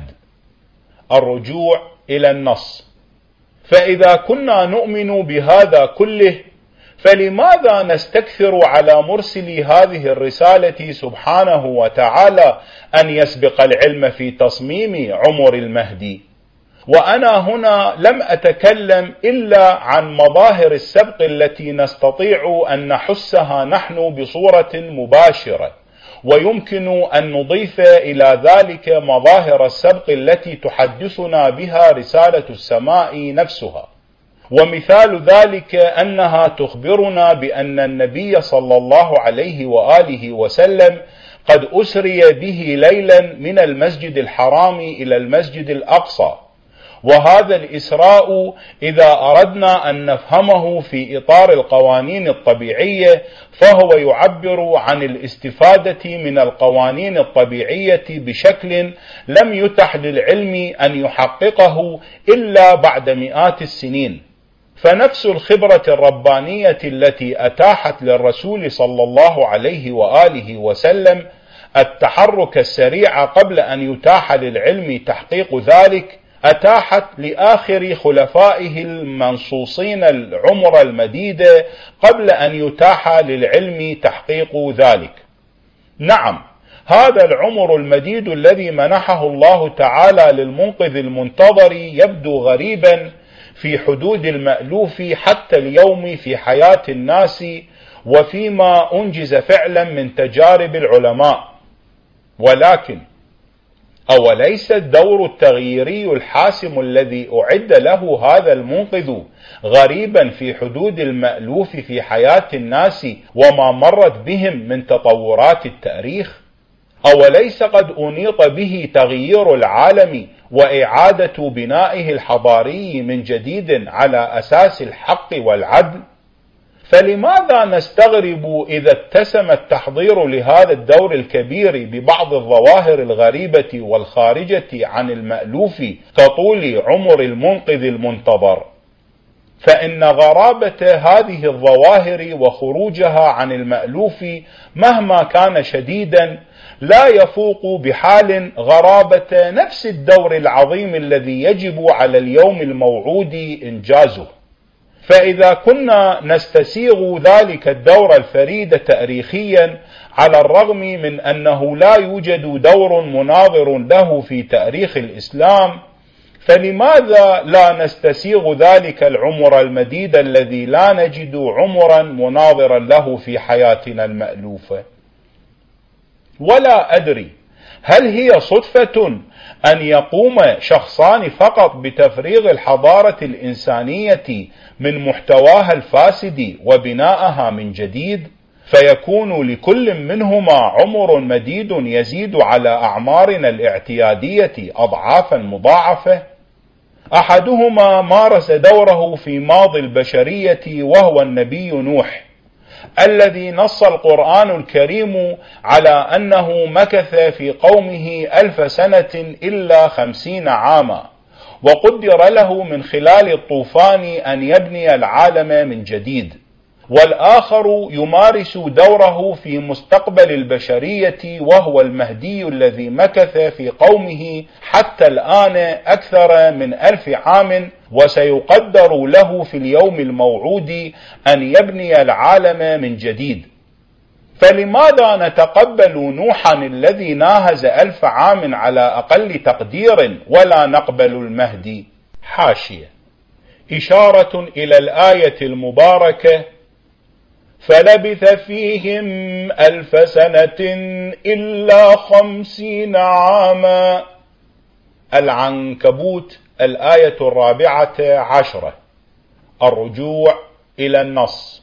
الرجوع إلى النص. فإذا كنا نؤمن بهذا كله، فلماذا نستكثر على مرسل هذه الرسالة سبحانه وتعالى أن يسبق العلم في تصميم عمر المهدي؟ وأنا هنا لم أتكلم إلا عن مظاهر السبق التي نستطيع أن نحسها نحن بصورة مباشرة، ويمكن أن نضيف إلى ذلك مظاهر السبق التي تحدثنا بها رسالة السماء نفسها. ومثال ذلك أنها تخبرنا بأن النبي صلى الله عليه وآله وسلم قد أسري به ليلا من المسجد الحرام إلى المسجد الأقصى، وهذا الإسراء إذا أردنا أن نفهمه في إطار القوانين الطبيعية فهو يعبر عن الاستفادة من القوانين الطبيعية بشكل لم يتح للعلم أن يحققه إلا بعد مئات السنين. فنفس الخبرة الربانية التي أتاحت للرسول صلى الله عليه وآله وسلم التحرك السريع قبل أن يتاح للعلم تحقيق ذلك، أتاحت لآخر خلفائه المنصوصين العمر المديد قبل أن يتاح للعلم تحقيق ذلك. نعم، هذا العمر المديد الذي منحه الله تعالى للمنقذ المنتظر يبدو غريبا في حدود المألوف حتى اليوم في حياة الناس وفيما أنجز فعلا من تجارب العلماء، ولكن أوليس الدور التغييري الحاسم الذي أعد له هذا المنقذ غريبا في حدود المألوف في حياة الناس وما مرت بهم من تطورات التاريخ؟ أوليس قد أنيط به تغيير العالم وإعادة بنائه الحضاري من جديد على أساس الحق والعدل؟ فلماذا نستغرب إذا اتسم التحضير لهذا الدور الكبير ببعض الظواهر الغريبة والخارجة عن المألوف كطول عمر المنقذ المنتظر؟ فإن غرابة هذه الظواهر وخروجها عن المألوف مهما كان شديدا لا يفوق بحال غرابة نفس الدور العظيم الذي يجب على اليوم الموعود إنجازه. فإذا كنا نستسيغ ذلك الدور الفريد تاريخيا، على الرغم من أنه لا يوجد دور مناظر له في تاريخ الإسلام، فلماذا لا نستسيغ ذلك العمر المديد الذي لا نجد عمرا مناظرا له في حياتنا المألوفة؟ ولا أدري هل هي صدفة أن يقوم شخصان فقط بتفريغ الحضارة الإنسانية من محتواها الفاسد وبناءها من جديد، فيكون لكل منهما عمر مديد يزيد على أعمارنا الاعتيادية أضعافا مضاعفة؟ أحدهما مارس دوره في ماضي البشرية وهو النبي نوح، الذي نص القرآن الكريم على أنه مكث في قومه 1000 سنة إلا 50 عاما، وقدر له من خلال الطوفان أن يبني العالم من جديد. والآخر يمارس دوره في مستقبل البشرية وهو المهدي الذي مكث في قومه حتى الآن أكثر من 1000 عام، وسيقدر له في اليوم الموعود أن يبني العالم من جديد. فلماذا نتقبل نوحا الذي ناهز 1000 عام على أقل تقدير ولا نقبل المهدي؟ حاشية. إشارة إلى الآية المباركة: فلبث فيهم 1000 سنة إلا 50 عاما. العنكبوت الآية 14. الرجوع إلى النص.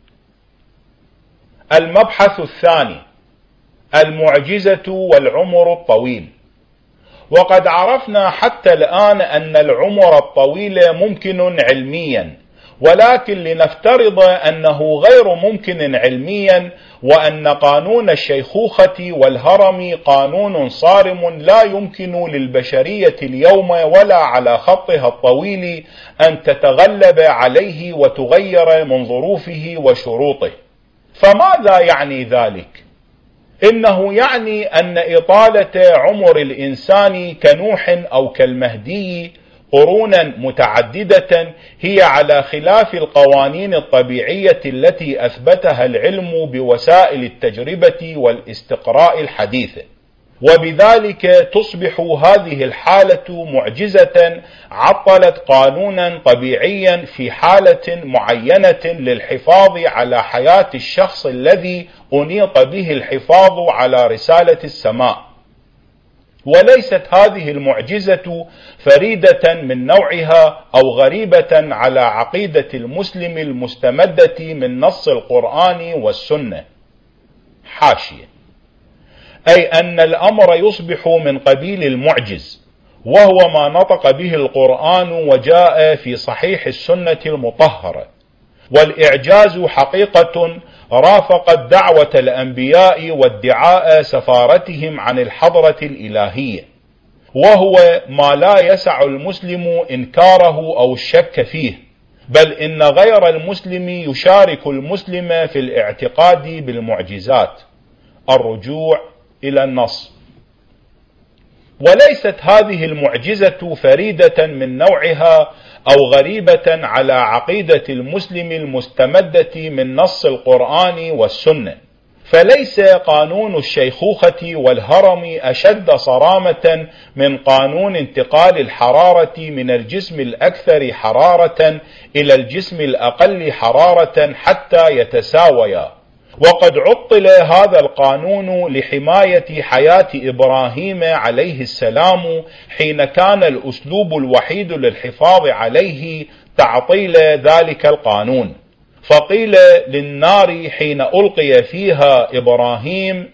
المبحث الثاني: المعجزة والعمر الطويل. وقد عرفنا حتى الآن أن العمر الطويل ممكن علميا، ولكن لنفترض أنه غير ممكن علميا، وأن قانون الشيخوخة والهرم قانون صارم لا يمكن للبشرية اليوم ولا على خطها الطويل أن تتغلب عليه وتغير من ظروفه وشروطه. فماذا يعني ذلك؟ إنه يعني أن إطالة عمر الإنسان كنوح أو كالمهدي قرونا متعددة هي على خلاف القوانين الطبيعية التي أثبتها العلم بوسائل التجربة والاستقراء الحديثة، وبذلك تصبح هذه الحالة معجزة عطلت قانونا طبيعيا في حالة معينة للحفاظ على حياة الشخص الذي أنيط به الحفاظ على رسالة السماء. وليست هذه المعجزة فريدة من نوعها أو غريبة على عقيدة المسلم المستمدة من نص القرآن والسنة. حاشية: أي أن الأمر يصبح من قبيل المعجز، وهو ما نطق به القرآن وجاء في صحيح السنة المطهرة. والإعجاز حقيقة رافقت دعوة الأنبياء وادعاء سفارتهم عن الحضرة الإلهية، وهو ما لا يسع المسلم إنكاره أو الشك فيه، بل إن غير المسلم يشارك المسلم في الاعتقاد بالمعجزات. الرجوع إلى النص. وليست هذه المعجزة فريدة من نوعها أو غريبة على عقيدة المسلم المستمدة من نص القرآن والسنة، فليس قانون الشيخوخة والهرم أشد صرامة من قانون انتقال الحرارة من الجسم الأكثر حرارة إلى الجسم الأقل حرارة حتى يتساويا. وقد عطل هذا القانون لحماية حياة إبراهيم عليه السلام حين كان الأسلوب الوحيد للحفاظ عليه تعطيل ذلك القانون. فقيل للنار حين ألقي فيها إبراهيم: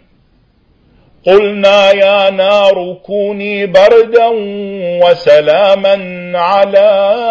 قلنا يا نار كوني بردا وسلاما على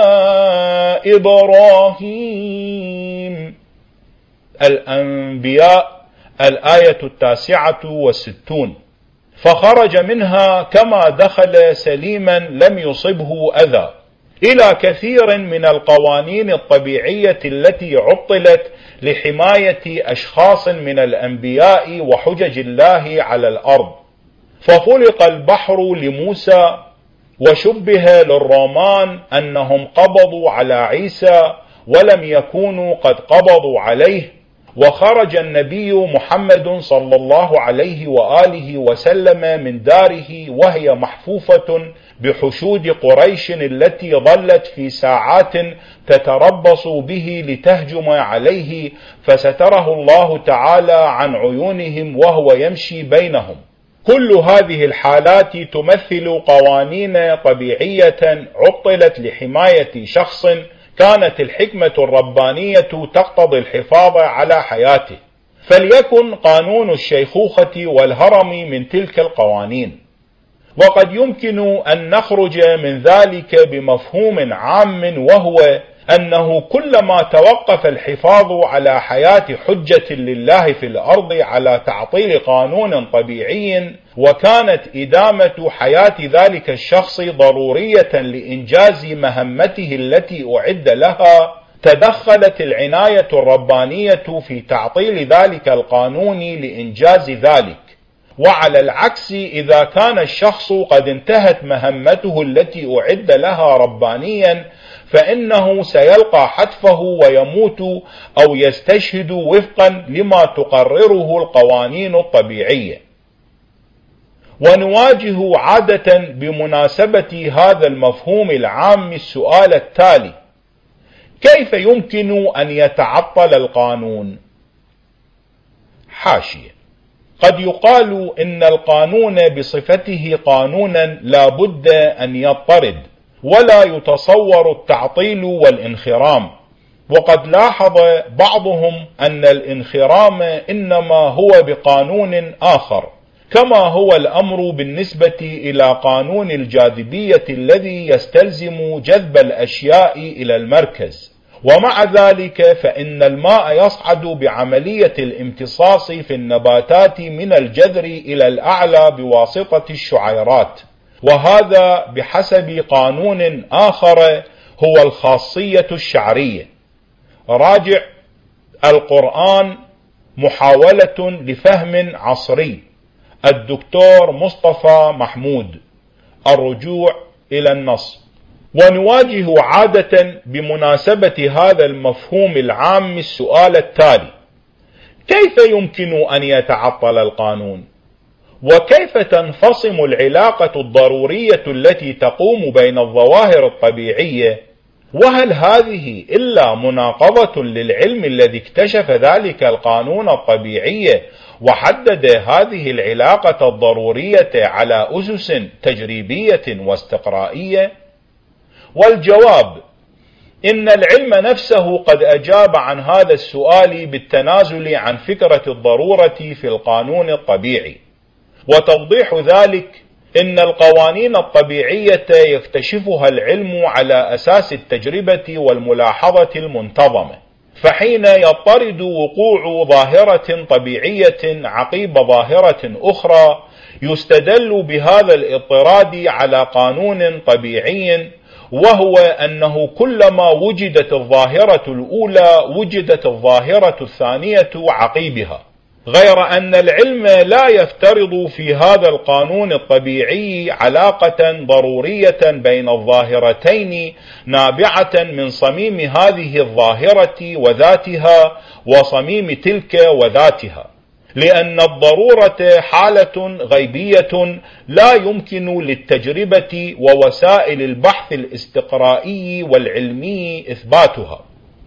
إبراهيم. الأنبياء الآية 69. فخرج منها كما دخل سليما لم يصبه أذى، إلى كثير من القوانين الطبيعية التي عطلت لحماية أشخاص من الأنبياء وحجج الله على الأرض. فخلق البحر لموسى، وشبه للرومان أنهم قبضوا على عيسى ولم يكونوا قد قبضوا عليه. وخرج النبي محمد صلى الله عليه وآله وسلم من داره وهي محفوفة بحشود قريش التي ظلت في ساعات تتربص به لتهجم عليه، فستره الله تعالى عن عيونهم وهو يمشي بينهم. كل هذه الحالات تمثل قوانين طبيعية عطلت لحماية شخص كانت الحكمة الربانية تقتضي الحفاظ على حياته. فليكن قانون الشيخوخة والهرم من تلك القوانين. وقد يمكن أن نخرج من ذلك بمفهوم عام، وهو أنه كلما توقف الحفاظ على حياة حجة لله في الأرض على تعطيل قانون طبيعي، وكانت إدامة حياة ذلك الشخص ضرورية لإنجاز مهمته التي أعد لها، تدخلت العناية الربانية في تعطيل ذلك القانون لإنجاز ذلك. وعلى العكس، إذا كان الشخص قد انتهت مهمته التي أعد لها ربانيا، فإنه سيلقى حتفه ويموت أو يستشهد وفقا لما تقرره القوانين الطبيعية. ونواجه عادة بمناسبة هذا المفهوم العام السؤال التالي: كيف يمكن أن يتعطل القانون؟ حاشية: قد يقال إن القانون بصفته قانونا لا بد أن يضطرد، ولا يتصور التعطيل والانخرام. وقد لاحظ بعضهم أن الانخرام إنما هو بقانون آخر، كما هو الأمر بالنسبة إلى قانون الجاذبية الذي يستلزم جذب الأشياء إلى المركز. ومع ذلك فإن الماء يصعد بعملية الامتصاص في النباتات من الجذر إلى الأعلى بواسطة الشعيرات، وهذا بحسب قانون آخر هو الخاصية الشعرية. راجع القرآن محاولة لفهم عصري، الدكتور مصطفى محمود. الرجوع إلى النص. ونواجه عادة بمناسبة هذا المفهوم العام السؤال التالي: كيف يمكن أن يتعطل القانون؟ وكيف تنفصم العلاقة الضرورية التي تقوم بين الظواهر الطبيعية؟ وهل هذه إلا مناقضة للعلم الذي اكتشف ذلك القانون الطبيعي وحدد هذه العلاقة الضرورية على أسس تجريبية واستقرائية؟ والجواب إن العلم نفسه قد أجاب عن هذا السؤال بالتنازل عن فكرة الضرورة في القانون الطبيعي. وتوضيح ذلك إن القوانين الطبيعية يكتشفها العلم على أساس التجربة والملاحظة المنتظمة، فحين يضطرد وقوع ظاهرة طبيعية عقيب ظاهرة أخرى يستدل بهذا الاضطراد على قانون طبيعي، وهو أنه كلما وجدت الظاهرة الأولى وجدت الظاهرة الثانية عقيبها، غير أن العلم لا يفترض في هذا القانون الطبيعي علاقة ضرورية بين الظاهرتين نابعة من صميم هذه الظاهرة وذاتها وصميم تلك وذاتها، لأن الضرورة حالة غيبية لا يمكن للتجربة ووسائل البحث الاستقرائي والعلمي إثباتها.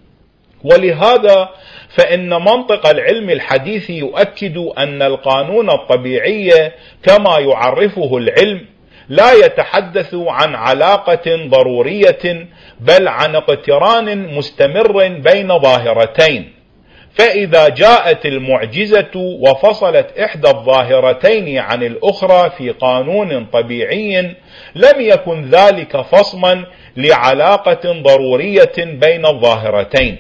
ولهذا فإن منطق العلم الحديث يؤكد أن القانون الطبيعي كما يعرفه العلم لا يتحدث عن علاقة ضرورية، بل عن اقتران مستمر بين ظاهرتين. فإذا جاءت المعجزة وفصلت إحدى الظاهرتين عن الأخرى في قانون طبيعي لم يكن ذلك فصما لعلاقة ضرورية بين الظاهرتين.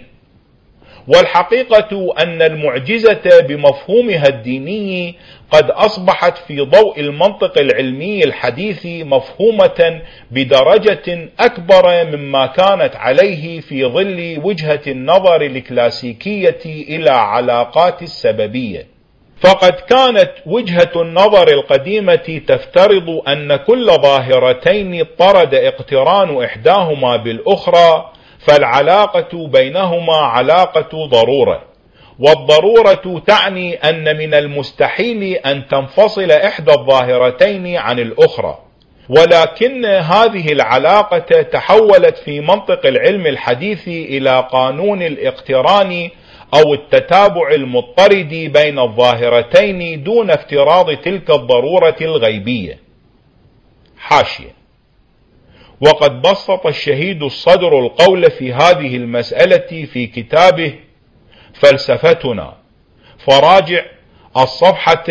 والحقيقة أن المعجزة بمفهومها الديني قد أصبحت في ضوء المنطق العلمي الحديث مفهومة بدرجة أكبر مما كانت عليه في ظل وجهة النظر الكلاسيكية إلى علاقات السببية. فقد كانت وجهة النظر القديمة تفترض أن كل ظاهرتين اضطرد اقتران إحداهما بالأخرى فالعلاقة بينهما علاقة ضرورة، والضرورة تعني أن من المستحيل أن تنفصل إحدى الظاهرتين عن الأخرى. ولكن هذه العلاقة تحولت في منطق العلم الحديث إلى قانون الاقتران أو التتابع المضطرد بين الظاهرتين دون افتراض تلك الضرورة الغيبية. حاشية. وقد بسط الشهيد الصدر القول في هذه المسألة في كتابه فلسفتنا، فراجع الصفحة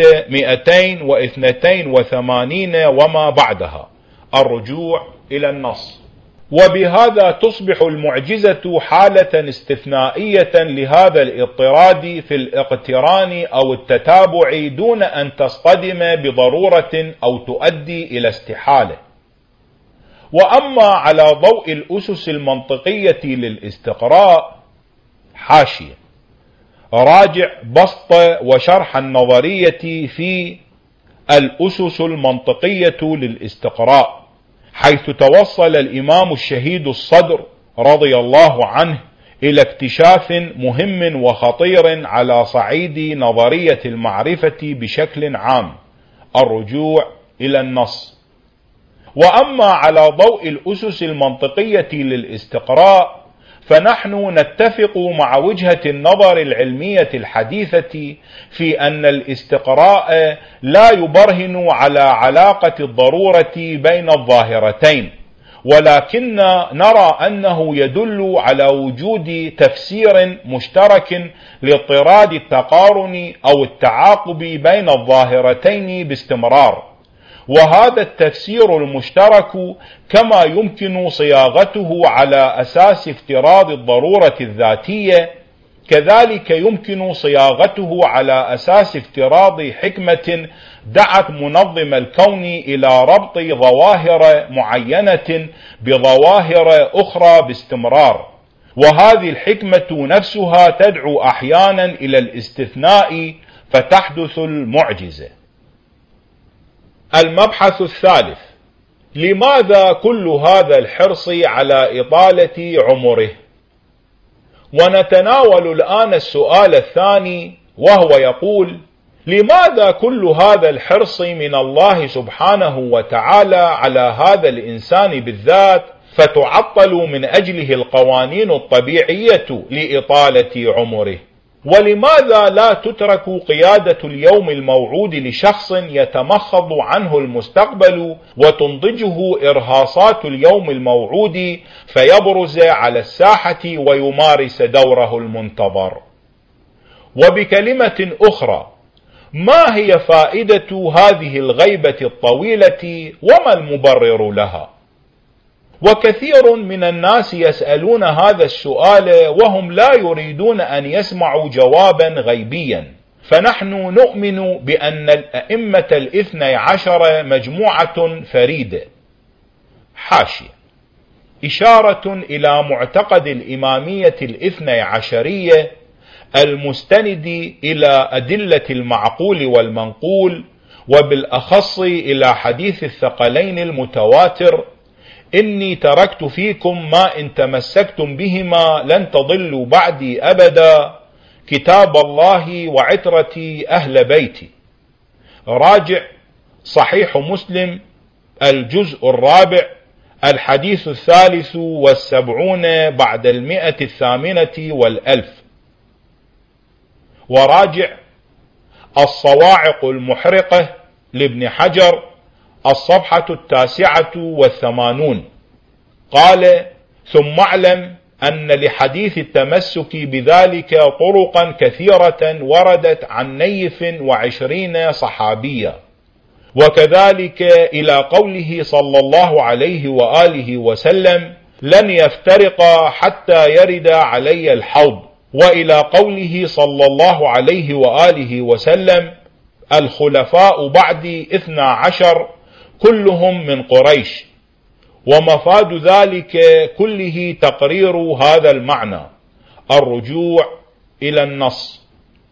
282 وما بعدها. الرجوع إلى النص. وبهذا تصبح المعجزة حالة استثنائية لهذا الاضطراد في الاقتران أو التتابع دون أن تصطدم بضرورة أو تؤدي إلى استحالة. وأما على ضوء الأسس المنطقية للاستقراء، حاشية. راجع بسط وشرح النظرية في الأسس المنطقية للاستقراء، حيث توصل الإمام الشهيد الصدر رضي الله عنه إلى اكتشاف مهم وخطير على صعيد نظرية المعرفة بشكل عام. الرجوع إلى النص. وأما على ضوء الأسس المنطقية للاستقراء فنحن نتفق مع وجهة النظر العلمية الحديثة في أن الاستقراء لا يبرهن على علاقة الضرورة بين الظاهرتين، ولكن نرى أنه يدل على وجود تفسير مشترك لاضطراد التقارن أو التعاقب بين الظاهرتين باستمرار، وهذا التفسير المشترك كما يمكن صياغته على أساس افتراض الضرورة الذاتية، كذلك يمكن صياغته على أساس افتراض حكمة دعت منظم الكون إلى ربط ظواهر معينة بظواهر أخرى باستمرار، وهذه الحكمة نفسها تدعو أحيانا إلى الاستثناء فتحدث المعجزة. المبحث الثالث: لماذا كل هذا الحرص على إطالة عمره؟ ونتناول الآن السؤال الثاني، وهو يقول: لماذا كل هذا الحرص من الله سبحانه وتعالى على هذا الإنسان بالذات، فتعطل من أجله القوانين الطبيعية لإطالة عمره؟ ولماذا لا تترك قيادة اليوم الموعود لشخص يتمخض عنه المستقبل وتنضجه إرهاصات اليوم الموعود فيبرز على الساحة ويمارس دوره المنتظر؟ وبكلمة أخرى، ما هي فائدة هذه الغيبة الطويلة وما المبرر لها؟ وكثير من الناس يسألون هذا السؤال وهم لا يريدون أن يسمعوا جوابا غيبيا، فنحن نؤمن بأن الأئمة الاثني عشر مجموعة فريدة. حاشية: إشارة إلى معتقد الإمامية الاثني عشرية المستند إلى أدلة المعقول والمنقول، وبالأخص إلى حديث الثقلين المتواتر: إني تركت فيكم ما إن تمسكتم بهما لن تضلوا بعدي أبدا، كتاب الله وعترتي أهل بيتي. راجع صحيح مسلم الجزء الرابع الحديث 73 بعد 108 وراجع الصواعق المحرقة لابن حجر الصفحة 89. قال: ثم اعلم أن لحديث التمسك بذلك طرقا كثيرة وردت عن 20 صحابيا، وكذلك إلى قوله صلى الله عليه وآله وسلم: لن يفترقا حتى يرد علي الحوض، وإلى قوله صلى الله عليه وآله وسلم: الخلفاء بعدي 12 كلهم من قريش. ومفاد ذلك كله تقرير هذا المعنى، الرجوع إلى النص.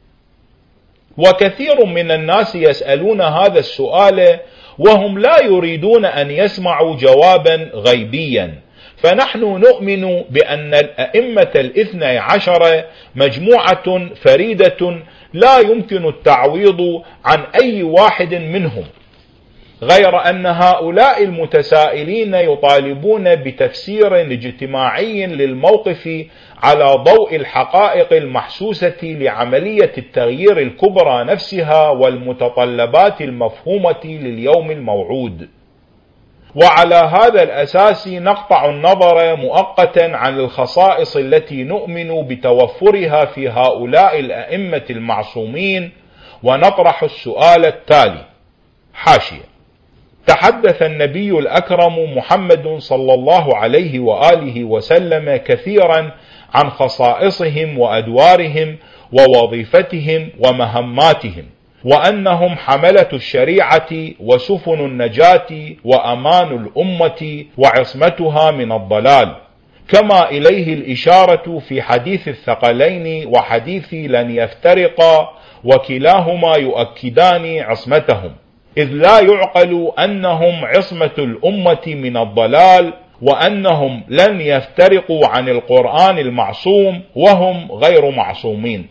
وكثير من الناس يسألون هذا السؤال وهم لا يريدون أن يسمعوا جوابا غيبيا، فنحن نؤمن بأن الأئمة الاثني عشر مجموعة فريدة لا يمكن التعويض عن أي واحد منهم، غير أن هؤلاء المتسائلين يطالبون بتفسير اجتماعي للموقف على ضوء الحقائق المحسوسة لعملية التغيير الكبرى نفسها والمتطلبات المفهومة لليوم الموعود. وعلى هذا الأساس نقطع النظر مؤقتا عن الخصائص التي نؤمن بتوفرها في هؤلاء الأئمة المعصومين، ونطرح السؤال التالي. حاشية: تحدث النبي الأكرم محمد صلى الله عليه وآله وسلم كثيرا عن خصائصهم وأدوارهم ووظيفتهم ومهماتهم، وأنهم حملة الشريعة وسفن النجاة وأمان الأمة وعصمتها من الضلال، كما إليه الإشارة في حديث الثقلين وحديث لن يفترقا، وكلاهما يؤكدان عصمتهم، إذ لا يعقل أنهم عصمة الأمة من الضلال، وأنهم لن يفترقوا عن القرآن المعصوم وهم غير معصومين.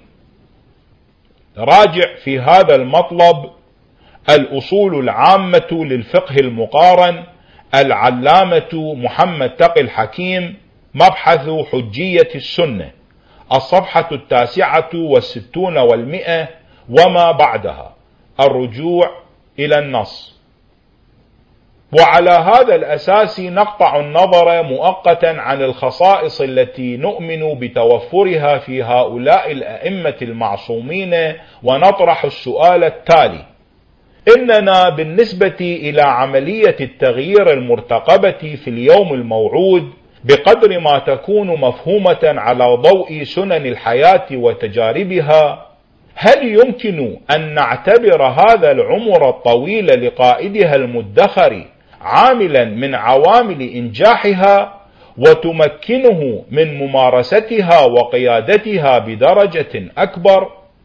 راجع في هذا المطلب الأصول العامة للفقه المقارن العلامة محمد تقي الحكيم، مبحث حجية السنة، الصفحة 69 و100 وما بعدها، الرجوع إلى النص. وعلى هذا الأساس نقطع النظر مؤقتا عن الخصائص التي نؤمن بتوفرها في هؤلاء الأئمة المعصومين، ونطرح السؤال التالي: إننا بالنسبة إلى عملية التغيير المرتقبة في اليوم الموعود، بقدر ما تكون مفهومة على ضوء سنن الحياة وتجاربها، هل يمكن أن نعتبر هذا العمر الطويل لقائدها المدخر عاملا من عوامل إنجاحها وتمكنه من ممارستها وقيادتها بدرجة أكبر؟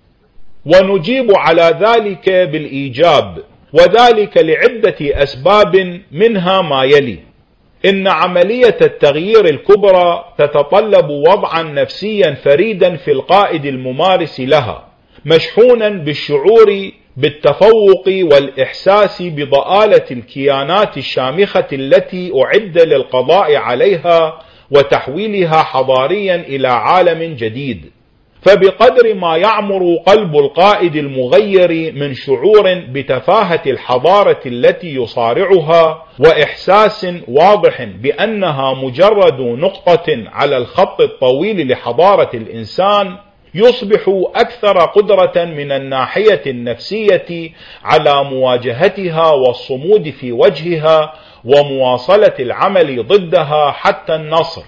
ونجيب على ذلك بالإيجاب، وذلك لعدة أسباب، منها ما يلي: إن عملية التغيير الكبرى تتطلب وضعا نفسيا فريدا في القائد الممارس لها، مشحونا بالشعور بالتفوق والإحساس بضآلة الكيانات الشامخة التي أعد للقضاء عليها وتحويلها حضاريا إلى عالم جديد. فبقدر ما يعمر قلب القائد المغير من شعور بتفاهة الحضارة التي يصارعها، وإحساس واضح بأنها مجرد نقطة على الخط الطويل لحضارة الإنسان، يصبح أكثر قدرة من الناحية النفسية على مواجهتها والصمود في وجهها ومواصلة العمل ضدها حتى النصر.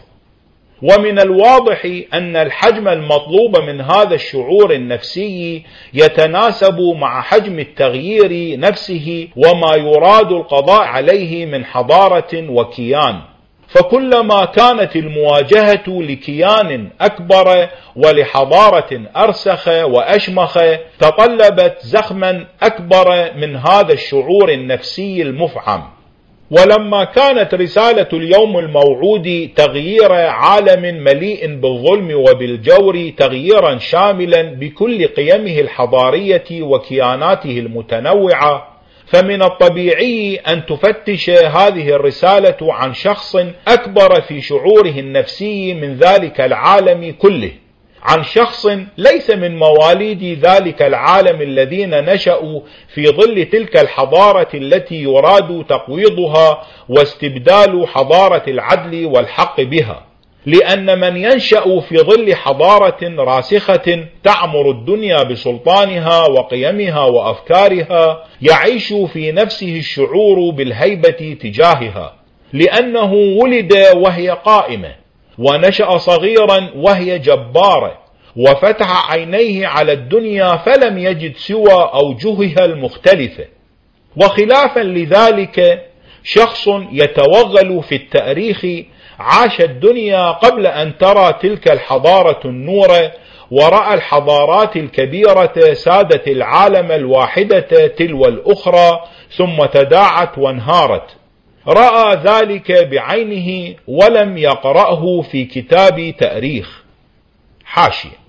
ومن الواضح أن الحجم المطلوب من هذا الشعور النفسي يتناسب مع حجم التغيير نفسه وما يراد القضاء عليه من حضارة وكيان. فكلما كانت المواجهة لكيان أكبر ولحضارة أرسخ وأشمخ تطلبت زخما أكبر من هذا الشعور النفسي المفعم. ولما كانت رسالة اليوم الموعود تغيير عالم مليء بالظلم وبالجور تغييرا شاملا بكل قيمه الحضارية وكياناته المتنوعة، فمن الطبيعي أن تفتش هذه الرسالة عن شخص أكبر في شعوره النفسي من ذلك العالم كله، عن شخص ليس من مواليد ذلك العالم الذين نشأوا في ظل تلك الحضارة التي يراد تقويضها واستبدال حضارة العدل والحق بها. لأن من ينشأ في ظل حضارة راسخة تعمر الدنيا بسلطانها وقيمها وأفكارها يعيش في نفسه الشعور بالهيبة تجاهها، لأنه ولد وهي قائمة، ونشأ صغيرا وهي جبارة، وفتح عينيه على الدنيا فلم يجد سوى أوجهها المختلفة. وخلافا لذلك شخص يتوغل في التاريخ عاش الدنيا قبل أن ترى تلك الحضارة النور، ورأى الحضارات الكبيرة سادت العالم الواحدة تلو الأخرى ثم تداعت وانهارت، رأى ذلك بعينه ولم يقرأه في كتاب تاريخ. حاشية.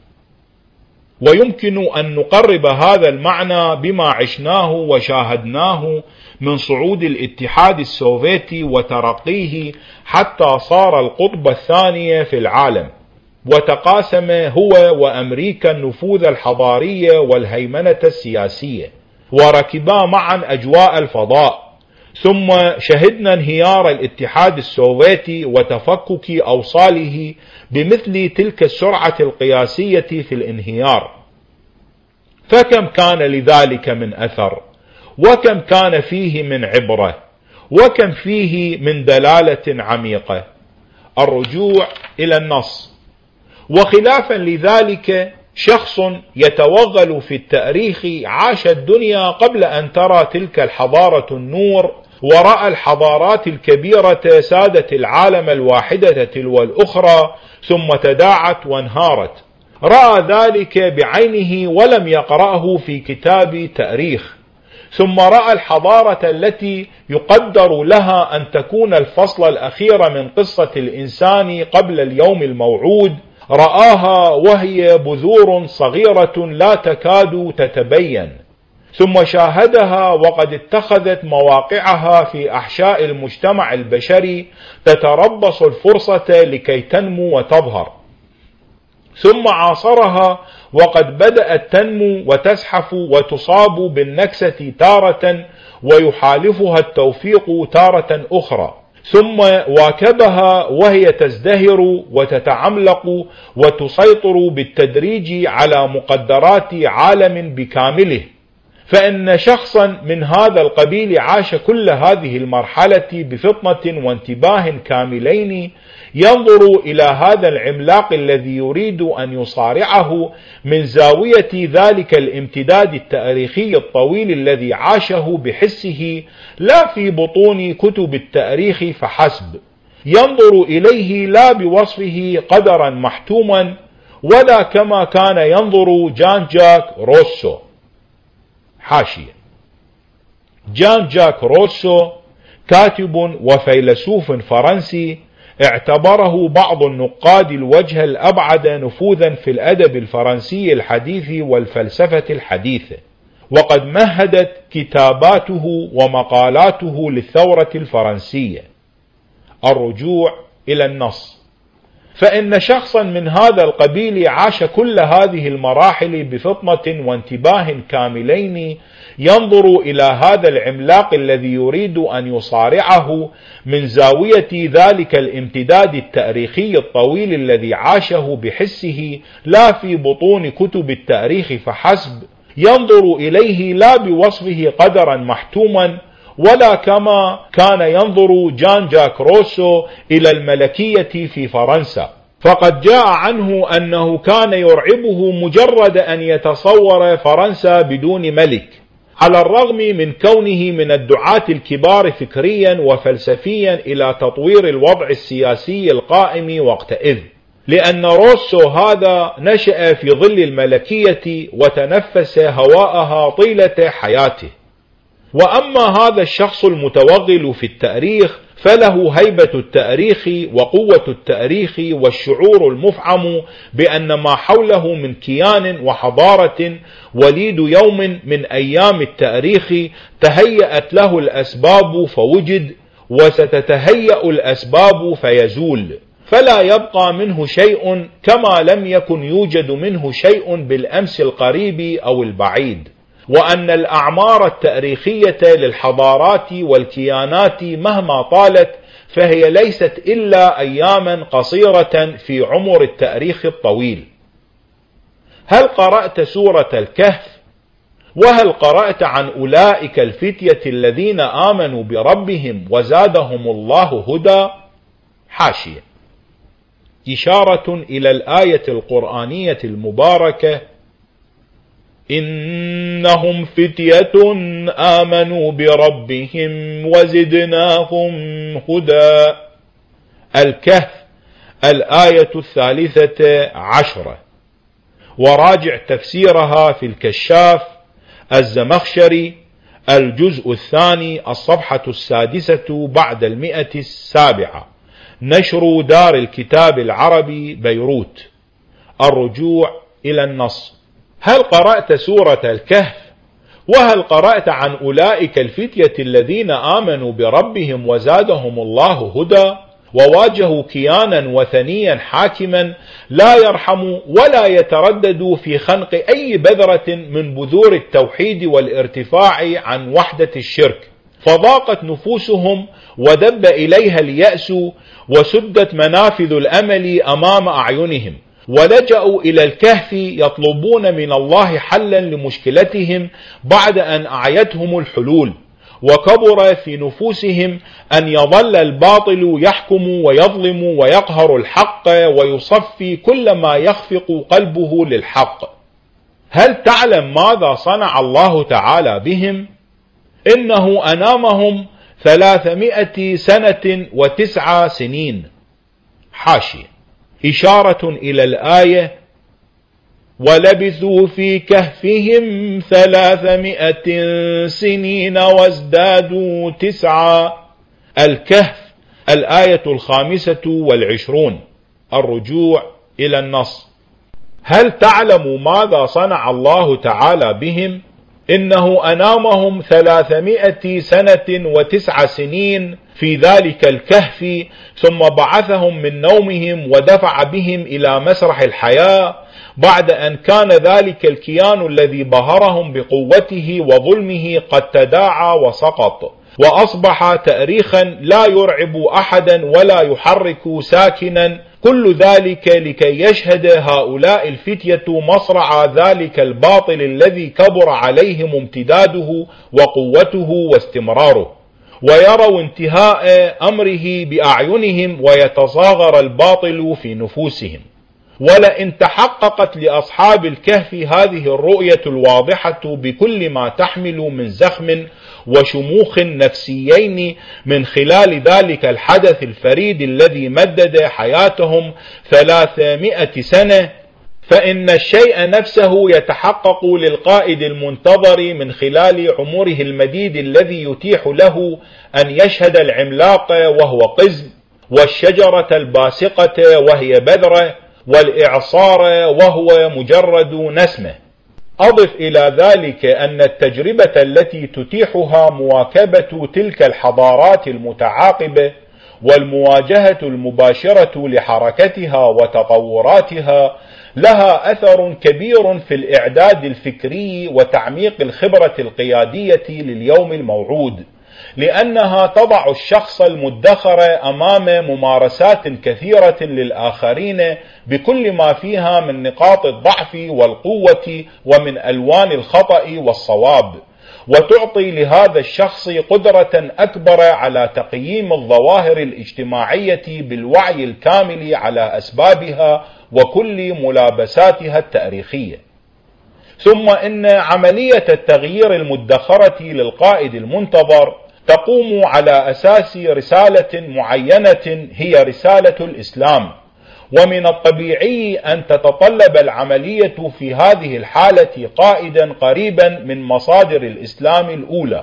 ويمكن أن نقرب هذا المعنى بما عشناه وشاهدناه من صعود الاتحاد السوفيتي وترقيه حتى صار القطب الثاني في العالم، وتقاسم هو وأمريكا النفوذ الحضاري والهيمنة السياسية، وركبا معا أجواء الفضاء. ثم شهدنا انهيار الاتحاد السوفيتي وتفكك أوصاله بمثل تلك السرعة القياسية في الانهيار. فكم كان لذلك من أثر، وكم كان فيه من عبرة، وكم فيه من دلالة عميقة. الرجوع إلى النص. وخلافا لذلك شخص يتوغل في التاريخ عاش الدنيا قبل أن ترى تلك الحضارة النور، ورأى الحضارات الكبيرة سادت العالم الواحدة تلو الأخرى ثم تداعت وانهارت، رأى ذلك بعينه ولم يقرأه في كتاب تاريخ. ثم رأى الحضارة التي يقدر لها أن تكون الفصل الأخير من قصة الإنسان قبل اليوم الموعود، رآها وهي بذور صغيرة لا تكاد تتبين، ثم شاهدها وقد اتخذت مواقعها في أحشاء المجتمع البشري تتربص الفرصة لكي تنمو وتظهر، ثم عاصرها وقد بدأت تنمو وتزحف وتصاب بالنكسة تارة، ويحالفها التوفيق تارة أخرى، ثم واكبها وهي تزدهر وتتعملق وتسيطر بالتدريج على مقدرات عالم بكامله. فإن شخصا من هذا القبيل عاش كل هذه المرحلة بفطنة وانتباه كاملين، ينظر إلى هذا العملاق الذي يريد أن يصارعه من زاوية ذلك الامتداد التاريخي الطويل الذي عاشه بحسه، لا في بطون كتب التاريخ فحسب. ينظر إليه لا بوصفه قدرا محتوما، ولا كما كان ينظر جان جاك روسو. حاشية: جان جاك روسو كاتب وفيلسوف فرنسي، اعتبره بعض النقاد الوجه الأبعد نفوذا في الأدب الفرنسي الحديث والفلسفة الحديثة، وقد مهدت كتاباته ومقالاته للثورة الفرنسية. الرجوع إلى النص: فإن شخصا من هذا القبيل عاش كل هذه المراحل بفطنة وانتباه كاملين، ينظر إلى هذا العملاق الذي يريد أن يصارعه من زاوية ذلك الامتداد التاريخي الطويل الذي عاشه بحسه، لا في بطون كتب التاريخ فحسب. ينظر إليه لا بوصفه قدرا محتوما، ولا كما كان ينظر جان جاك روسو إلى الملكية في فرنسا، فقد جاء عنه أنه كان يرعبه مجرد أن يتصور فرنسا بدون ملك، على الرغم من كونه من الدعاة الكبار فكريا وفلسفيا إلى تطوير الوضع السياسي القائم وقتئذ، لأن روسو هذا نشأ في ظل الملكية وتنفس هواءها طيلة حياته. وأما هذا الشخص المتوغل في التاريخ فله هيبة التاريخ وقوة التاريخ والشعور المفعم بأن ما حوله من كيان وحضارة وليد يوم من أيام التاريخ تهيأت له الأسباب فوجد، وستتهيأ الأسباب فيزول، فلا يبقى منه شيء كما لم يكن يوجد منه شيء بالأمس القريب أو البعيد. وأن الأعمار التاريخية للحضارات والكيانات مهما طالت فهي ليست إلا أياما قصيرة في عمر التاريخ الطويل. هل قرأت سورة الكهف؟ وهل قرأت عن أولئك الفتية الذين آمنوا بربهم وزادهم الله هدى؟ حاشية: إشارة إلى الآية القرآنية المباركة: إنهم فتية آمنوا بربهم وزدناهم هدى. الكهف الآية 13. وراجع تفسيرها في الكشاف الزمخشري الجزء 2 الصفحة 6 بعد 107، نشر دار الكتاب العربي بيروت. الرجوع إلى النص: هل قرأت سورة الكهف؟ وهل قرأت عن أولئك الفتية الذين آمنوا بربهم وزادهم الله هدى، وواجهوا كيانا وثنيا حاكما لا يرحم ولا يتردد في خنق أي بذرة من بذور التوحيد والارتفاع عن وحدة الشرك، فضاقت نفوسهم ودب إليها اليأس وسدت منافذ الأمل أمام أعينهم، ولجأوا إلى الكهف يطلبون من الله حلا لمشكلتهم بعد أن أعيتهم الحلول، وكبر في نفوسهم أن يظل الباطل يحكم ويظلم ويقهر الحق ويصفي كل ما يخفق قلبه للحق. هل تعلم ماذا صنع الله تعالى بهم؟ إنه أنامهم 300 سنة و9 سنين. حاشية: إشارة إلى الآية: ولبثوا في كهفهم 300 سنين وازدادوا 9. الكهف الآية 25. الرجوع إلى النص: هل تعلم ماذا صنع الله تعالى بهم؟ إنه أنامهم 300 سنة و9 سنين في ذلك الكهف، ثم بعثهم من نومهم ودفع بهم إلى مسرح الحياة، بعد أن كان ذلك الكيان الذي بهرهم بقوته وظلمه قد تداعى وسقط، وأصبح تاريخا لا يرعب أحدا ولا يحرك ساكنا، كل ذلك لكي يشهد هؤلاء الفتية مصرع ذلك الباطل الذي كبر عليهم امتداده وقوته واستمراره، ويروا انتهاء أمره بأعينهم ويتصاغر الباطل في نفوسهم. ولئن تحققت لأصحاب الكهف هذه الرؤية الواضحة بكل ما تحمل من زخم وشموخ نفسيين من خلال ذلك الحدث الفريد الذي مدد حياتهم 300 سنة، فإن الشيء نفسه يتحقق للقائد المنتظر من خلال عمره المديد الذي يتيح له أن يشهد العملاق وهو قزم، والشجرة الباسقة وهي بذرة، والإعصار وهو مجرد نسمة. أضف إلى ذلك أن التجربة التي تتيحها مواكبة تلك الحضارات المتعاقبة والمواجهة المباشرة لحركتها وتطوراتها لها أثر كبير في الإعداد الفكري وتعميق الخبرة القيادية لليوم الموعود، لأنها تضع الشخص المدخر أمام ممارسات كثيرة للآخرين بكل ما فيها من نقاط الضعف والقوة ومن ألوان الخطأ والصواب، وتعطي لهذا الشخص قدرة أكبر على تقييم الظواهر الاجتماعية بالوعي الكامل على أسبابها وكل ملابساتها التاريخية. ثم إن عملية التغيير المدخرة للقائد المنتظر تقوم على أساس رسالة معينة هي رسالة الإسلام، ومن الطبيعي أن تتطلب العملية في هذه الحالة قائدا قريبا من مصادر الإسلام الأولى،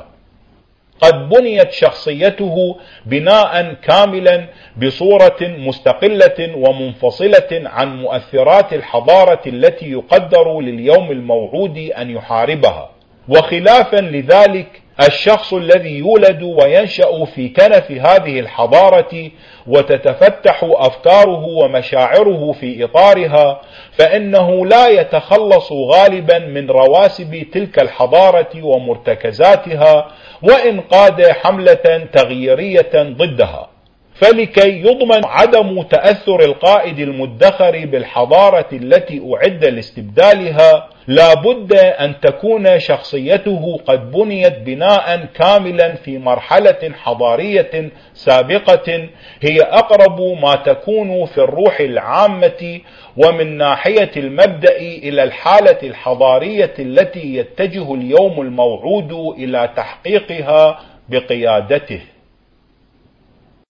قد بنيت شخصيته بناء كاملا بصورة مستقلة ومنفصلة عن مؤثرات الحضارة التي يقدر لليوم الموعود أن يحاربها. وخلافا لذلك الشخص الذي يولد وينشأ في كنف هذه الحضارة وتتفتح أفكاره ومشاعره في إطارها، فإنه لا يتخلص غالبا من رواسب تلك الحضارة ومرتكزاتها وإن قاد حملة تغييرية ضدها. فلكي يضمن عدم تأثر القائد المدخر بالحضارة التي أعد لاستبدالها، لا بد أن تكون شخصيته قد بنيت بناء كاملا في مرحلة حضارية سابقة هي أقرب ما تكون في الروح العامة ومن ناحية المبدأ إلى الحالة الحضارية التي يتجه اليوم الموعود إلى تحقيقها بقيادته.